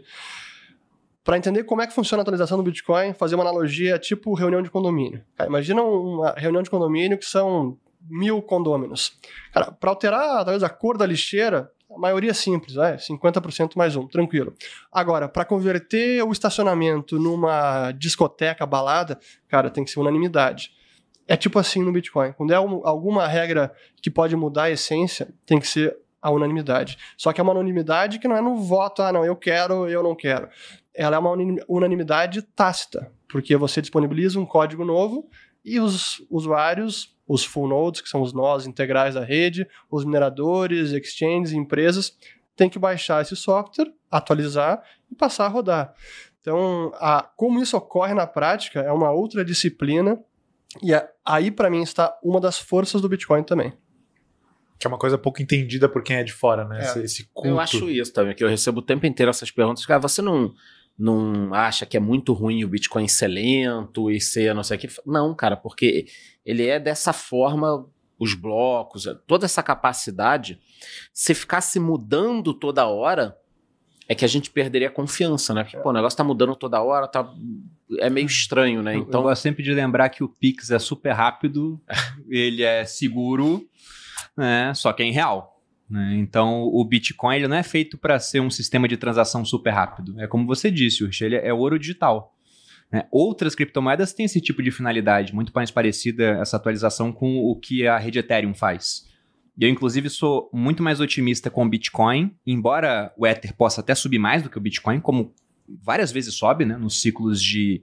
para entender como é que funciona a atualização do Bitcoin, fazer uma analogia tipo reunião de condomínio. Imagina uma reunião de condomínio que são 1000 condôminos. Para alterar talvez a cor da lixeira, a maioria é simples, 50% mais um, tranquilo. Agora, para converter o estacionamento numa discoteca, balada, tem que ser unanimidade. É tipo assim no Bitcoin. Quando é alguma regra que pode mudar a essência, tem que ser a unanimidade. Só que é uma unanimidade que não é no voto, não, eu quero, eu não quero. Ela é uma unanimidade tácita, porque você disponibiliza um código novo e os usuários, os full nodes, que são os nós integrais da rede, os mineradores, exchanges, empresas, têm que baixar esse software, atualizar e passar a rodar. Então, como isso ocorre na prática é uma outra disciplina, e aí, para mim, está uma das forças do Bitcoin também. Que é uma coisa pouco entendida por quem é de fora, né? Esse culto. Eu acho isso também, que eu recebo o tempo inteiro essas perguntas. Cara, você não acha que é muito ruim o Bitcoin ser lento e ser não sei o que? Não, cara, porque ele é dessa forma, os blocos, toda essa capacidade, se ficasse mudando toda hora, é que a gente perderia a confiança, né? Porque, o negócio tá mudando toda hora, é meio estranho, né? Então, eu gosto sempre de lembrar que o Pix é super rápido, ele é seguro, né? Só que é em real. Né? Então, o Bitcoin ele não é feito para ser um sistema de transação super rápido. É como você disse, ele é ouro digital. Né? Outras criptomoedas têm esse tipo de finalidade, muito mais parecida essa atualização com o que a rede Ethereum faz. E eu, inclusive, sou muito mais otimista com o Bitcoin, embora o Ether possa até subir mais do que o Bitcoin, como várias vezes sobe, né, nos ciclos de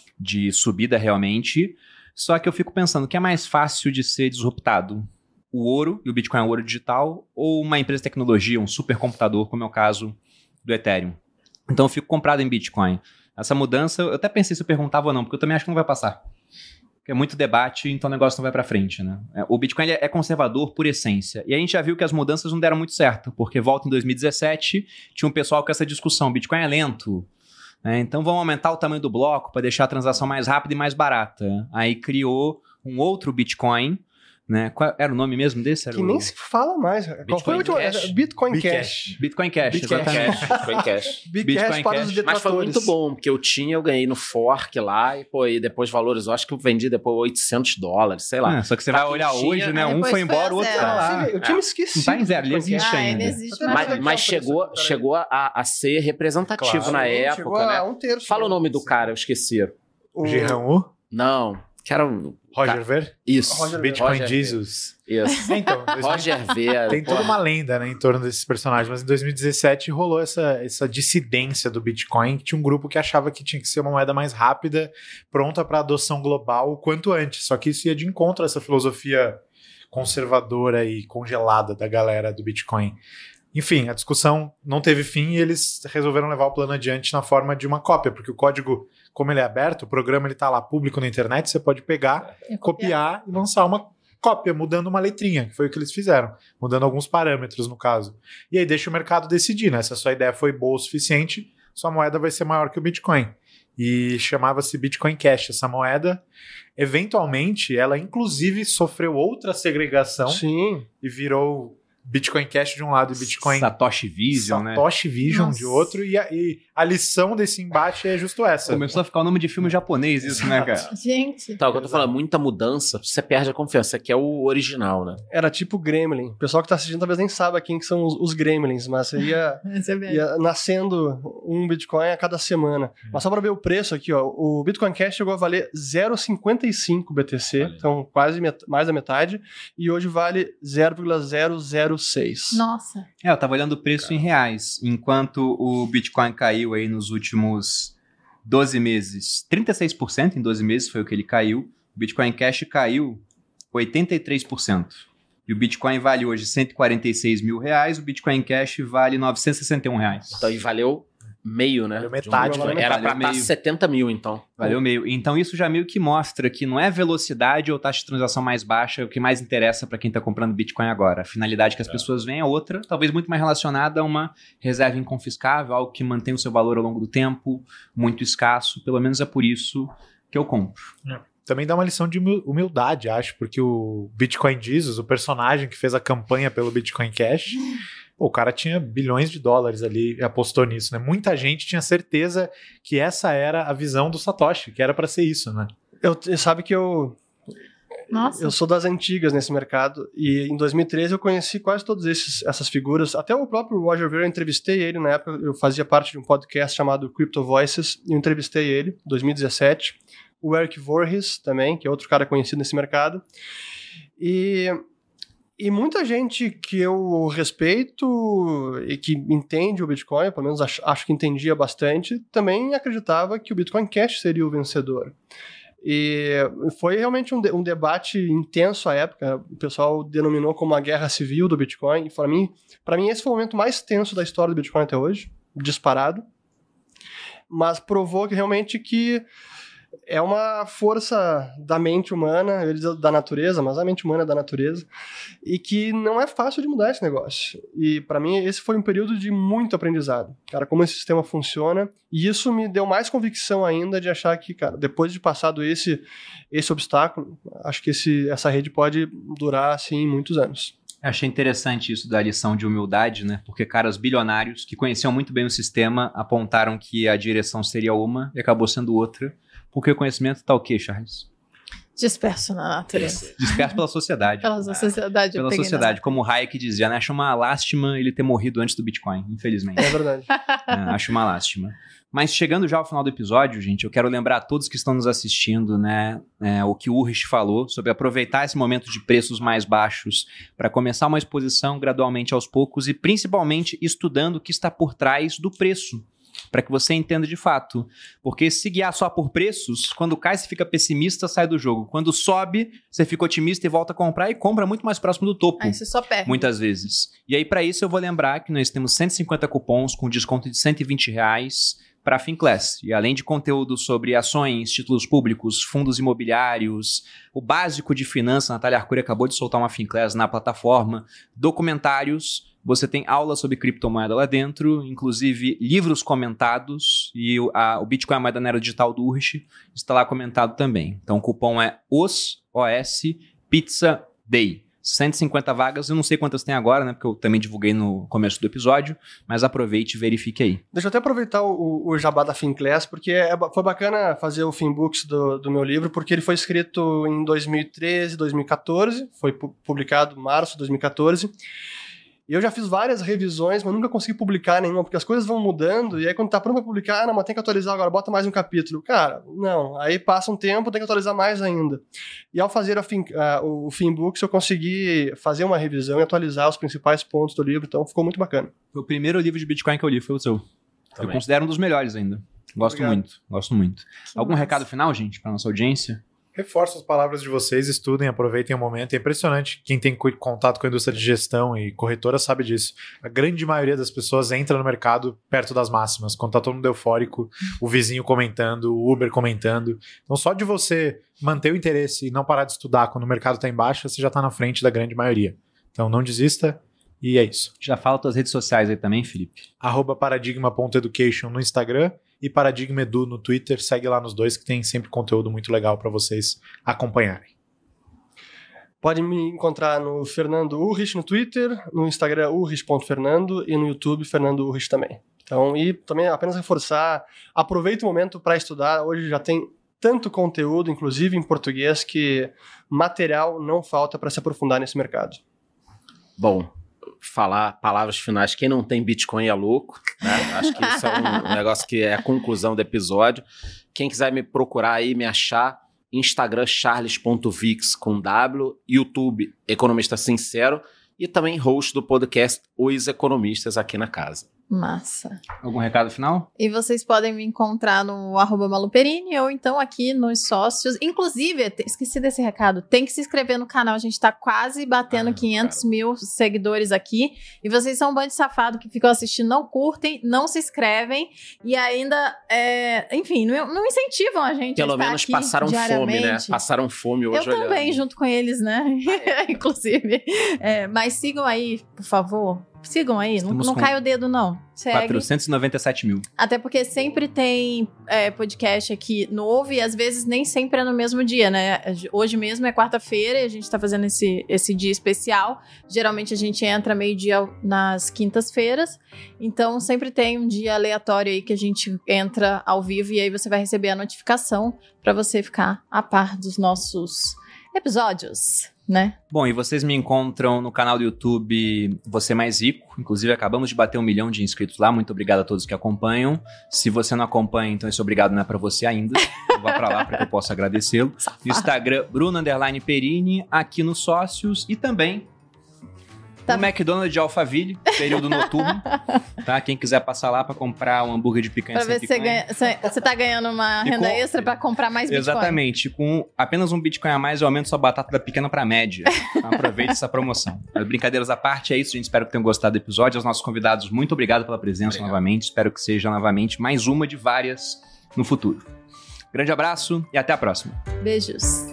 subida realmente. Só que eu fico pensando, o que é mais fácil de ser disruptado? O ouro, e o Bitcoin é o ouro digital, ou uma empresa de tecnologia, um supercomputador, como é o caso do Ethereum? Então eu fico comprado em Bitcoin. Essa mudança, eu até pensei se eu perguntava ou não, porque eu também acho que não vai passar. Porque é muito debate, então o negócio não vai pra frente, né? O Bitcoin é conservador por essência. E a gente já viu que as mudanças não deram muito certo, porque volta em 2017, tinha um pessoal com essa discussão, o Bitcoin é lento, né? Então vamos aumentar o tamanho do bloco para deixar a transação mais rápida e mais barata. Aí criou um outro Bitcoin, né? Qual era o nome mesmo desse? Era nem se fala mais. Qual foi o último? Bitcoin Cash. Bitcoin Cash, exatamente. Bitcoin Cash. Bitcoin para os detratores. Mas foi muito bom, porque eu ganhei no fork lá e depois valorizou. Acho que eu vendi depois $800, sei lá. Só que você vai olhar hoje, né? Um foi embora, o outro tá lá. Eu tinha me esquecido. Não tá em zero, ele existe ainda. Ele existe mas chegou a ser representativo na época, né? Um terço. Fala o nome do cara, eu esqueci. O Jean-U? Não, que era o... Roger Ver? Isso. Bitcoin Roger Jesus. Isso. Então, Roger Ver. Tem toda uma lenda, né, em torno desses personagens, mas em 2017 rolou essa dissidência do Bitcoin, que tinha um grupo que achava que tinha que ser uma moeda mais rápida, pronta para adoção global o quanto antes. Só que isso ia de encontro a essa filosofia conservadora e congelada da galera do Bitcoin. Enfim, a discussão não teve fim e eles resolveram levar o plano adiante na forma de uma cópia, porque o código, como ele é aberto, o programa ele tá lá público na internet, você pode pegar, copiar e lançar uma cópia, mudando uma letrinha, que foi o que eles fizeram, mudando alguns parâmetros no caso. E aí deixa o mercado decidir, né? Se a sua ideia foi boa o suficiente, sua moeda vai ser maior que o Bitcoin. E chamava-se Bitcoin Cash, essa moeda. Eventualmente, ela inclusive sofreu outra segregação. Sim. E virou Bitcoin Cash de um lado e Bitcoin Satoshi Vision, né? Satoshi Vision de outro, e a lição desse embate é justo essa. Começou a ficar o nome de filme japonês isso, né, cara? Gente. Então, quando eu falo muita mudança, você perde a confiança. Você quer o original, né? Era tipo Gremlin. O pessoal que tá assistindo talvez nem saiba quem que são os Gremlins, mas ia nascendo um Bitcoin a cada semana. Mas só para ver o preço aqui, ó, o Bitcoin Cash chegou a valer 0,55 BTC, então quase mais da metade, e hoje vale 0,006. Nossa. Eu tava olhando o preço em reais, enquanto o Bitcoin caiu aí nos últimos 12 meses, 36% em 12 meses foi o que ele caiu, o Bitcoin Cash caiu 83%. E o Bitcoin vale hoje R$146 mil, o Bitcoin Cash vale R$961. Então, e valeu meio, né? Valeu metade. Era pra estar 70 mil, então. Valeu meio. Então isso já meio que mostra que não é velocidade ou taxa de transação mais baixa o que mais interessa para quem está comprando Bitcoin agora. A finalidade que as pessoas veem é outra, talvez muito mais relacionada a uma reserva inconfiscável, algo que mantém o seu valor ao longo do tempo, muito escasso. Pelo menos é por isso que eu compro. Também dá uma lição de humildade, acho, porque o Bitcoin Jesus, o personagem que fez a campanha pelo Bitcoin Cash... Pô, o cara tinha bilhões de dólares ali e apostou nisso, né? Muita gente tinha certeza que essa era a visão do Satoshi, que era para ser isso, né? Sabe que eu sou das antigas nesse mercado e em 2013 eu conheci quase todas essas figuras. Até o próprio Roger Ver, eu entrevistei ele na época, eu fazia parte de um podcast chamado Crypto Voices e eu entrevistei ele em 2017. O Eric Voorhees também, que é outro cara conhecido nesse mercado. E muita gente que eu respeito e que entende o Bitcoin, pelo menos acho que entendia bastante, também acreditava que o Bitcoin Cash seria o vencedor. E foi realmente um debate intenso à época. O pessoal denominou como a guerra civil do Bitcoin. E para mim esse foi o momento mais tenso da história do Bitcoin até hoje, disparado. Mas provou que realmente que é uma força da mente humana, da natureza, mas a mente humana é da natureza, e que não é fácil de mudar esse negócio. E para mim esse foi um período de muito aprendizado. Cara, como esse sistema funciona, e isso me deu mais convicção ainda de achar que, cara, depois de passado esse obstáculo, acho que essa rede pode durar, assim, muitos anos. Eu achei interessante isso da lição de humildade, né? Porque caras bilionários que conheciam muito bem o sistema apontaram que a direção seria uma e acabou sendo outra. Porque o conhecimento tá o quê, Charles? Disperso na natureza. Disperso pela sociedade. Pela sociedade. Pela sociedade. Como o Hayek dizia, né? Acho uma lástima ele ter morrido antes do Bitcoin, infelizmente. É verdade. Acho uma lástima. Mas chegando já ao final do episódio, gente, eu quero lembrar a todos que estão nos assistindo, né, o que o Ulrich falou sobre aproveitar esse momento de preços mais baixos para começar uma exposição gradualmente aos poucos e principalmente estudando o que está por trás do preço, para que você entenda de fato. Porque se guiar só por preços, quando cai você fica pessimista, sai do jogo. Quando sobe, você fica otimista e volta a comprar e compra muito mais próximo do topo. Aí você só perde. Muitas vezes. E aí para isso eu vou lembrar que nós temos 150 cupons com desconto de R$120 para a Finclass. E além de conteúdo sobre ações, títulos públicos, fundos imobiliários, o básico de finanças, a Natália Arcuri acabou de soltar uma Finclass na plataforma, documentários, você tem aula sobre criptomoeda lá dentro, inclusive livros comentados, e o Bitcoin, a moeda na era digital do Ulrich, está lá comentado também. Então o cupom é OS Pizza Day. 150 vagas, eu não sei quantas tem agora, né? Porque eu também divulguei no começo do episódio, mas aproveite e verifique aí. Deixa eu até aproveitar o jabá da Finclass, porque foi bacana fazer o Finbooks do meu livro, porque ele foi escrito em 2013, 2014, foi publicado em março de 2014. E eu já fiz várias revisões, mas nunca consegui publicar nenhuma, porque as coisas vão mudando, e aí quando tá pronto pra publicar, não, mas tem que atualizar agora, bota mais um capítulo. Cara, não, aí passa um tempo, tem que atualizar mais ainda. E ao fazer o Finbooks, eu consegui fazer uma revisão e atualizar os principais pontos do livro, então ficou muito bacana. O primeiro livro de Bitcoin que eu li foi o seu. Também. Eu considero um dos melhores ainda. Gosto muito. Algum recado final, gente, pra nossa audiência? Reforço as palavras de vocês, estudem, aproveitem o momento. É impressionante, quem tem contato com a indústria de gestão e corretora sabe disso. A grande maioria das pessoas entra no mercado perto das máximas, quando tá todo mundo eufórico, o vizinho comentando, o Uber comentando. Então só de você manter o interesse e não parar de estudar quando o mercado tá em baixa, você já tá na frente da grande maioria. Então não desista e é isso. Já fala tuas redes sociais aí também, Felipe. @paradigma.education no Instagram e Paradigma Edu no Twitter. Segue lá nos dois que tem sempre conteúdo muito legal para vocês acompanharem. Pode me encontrar no Fernando Ulrich no Twitter, no Instagram ulrich.fernando e no YouTube Fernando Ulrich também. Então, e também apenas reforçar, aproveita o momento para estudar. Hoje já tem tanto conteúdo, inclusive em português, que material não falta para se aprofundar nesse mercado. Bom, falar palavras finais. Quem não tem Bitcoin é louco, né? Acho que isso é um negócio que é a conclusão do episódio. Quem quiser me procurar aí, me achar, Instagram charles.vix com W, YouTube Economista Sincero e também host do podcast Os Economistas aqui na casa. Massa. Algum recado final? E vocês podem me encontrar no @maluperini ou então aqui nos sócios. Inclusive, esqueci desse recado, tem que se inscrever no canal. A gente tá quase batendo 500 mil seguidores aqui. E vocês são um bando de safado que ficam assistindo, não curtem, não se inscrevem e ainda, enfim, não incentivam a gente. Pelo menos passaram fome, né? Passaram fome hoje. Eu também, junto com eles, né? Inclusive. Mas sigam aí, por favor. Sigam aí, não cai o dedo não. Segue. 497 mil. Até porque sempre tem podcast aqui novo e às vezes nem sempre é no mesmo dia, né? Hoje mesmo é quarta-feira e a gente tá fazendo esse dia especial. Geralmente a gente entra meio-dia nas quintas-feiras. Então sempre tem um dia aleatório aí que a gente entra ao vivo e aí você vai receber a notificação pra você ficar a par dos nossos episódios, né? Bom, e vocês me encontram no canal do YouTube Você Mais Rico. Inclusive, acabamos de bater 1 milhão de inscritos lá. Muito obrigado a todos que acompanham. Se você não acompanha, então esse obrigado não é pra você ainda. Vá pra lá para que eu possa agradecê-lo. No Instagram, Bruno_Perini, aqui nos Sócios. E também No McDonald's de Alphaville, período noturno. Tá? Quem quiser passar lá pra comprar um hambúrguer de picanha pra ver se você tá ganhando uma renda extra pra comprar mais Bitcoin. Exatamente. Com apenas um Bitcoin a mais, eu aumento sua batata da pequena pra média. Então, aproveite essa promoção. Brincadeiras à parte, é isso, gente. Espero que tenham gostado do episódio. Aos nossos convidados, muito obrigado pela presença novamente. Espero que seja novamente mais uma de várias no futuro. Grande abraço e até a próxima. Beijos.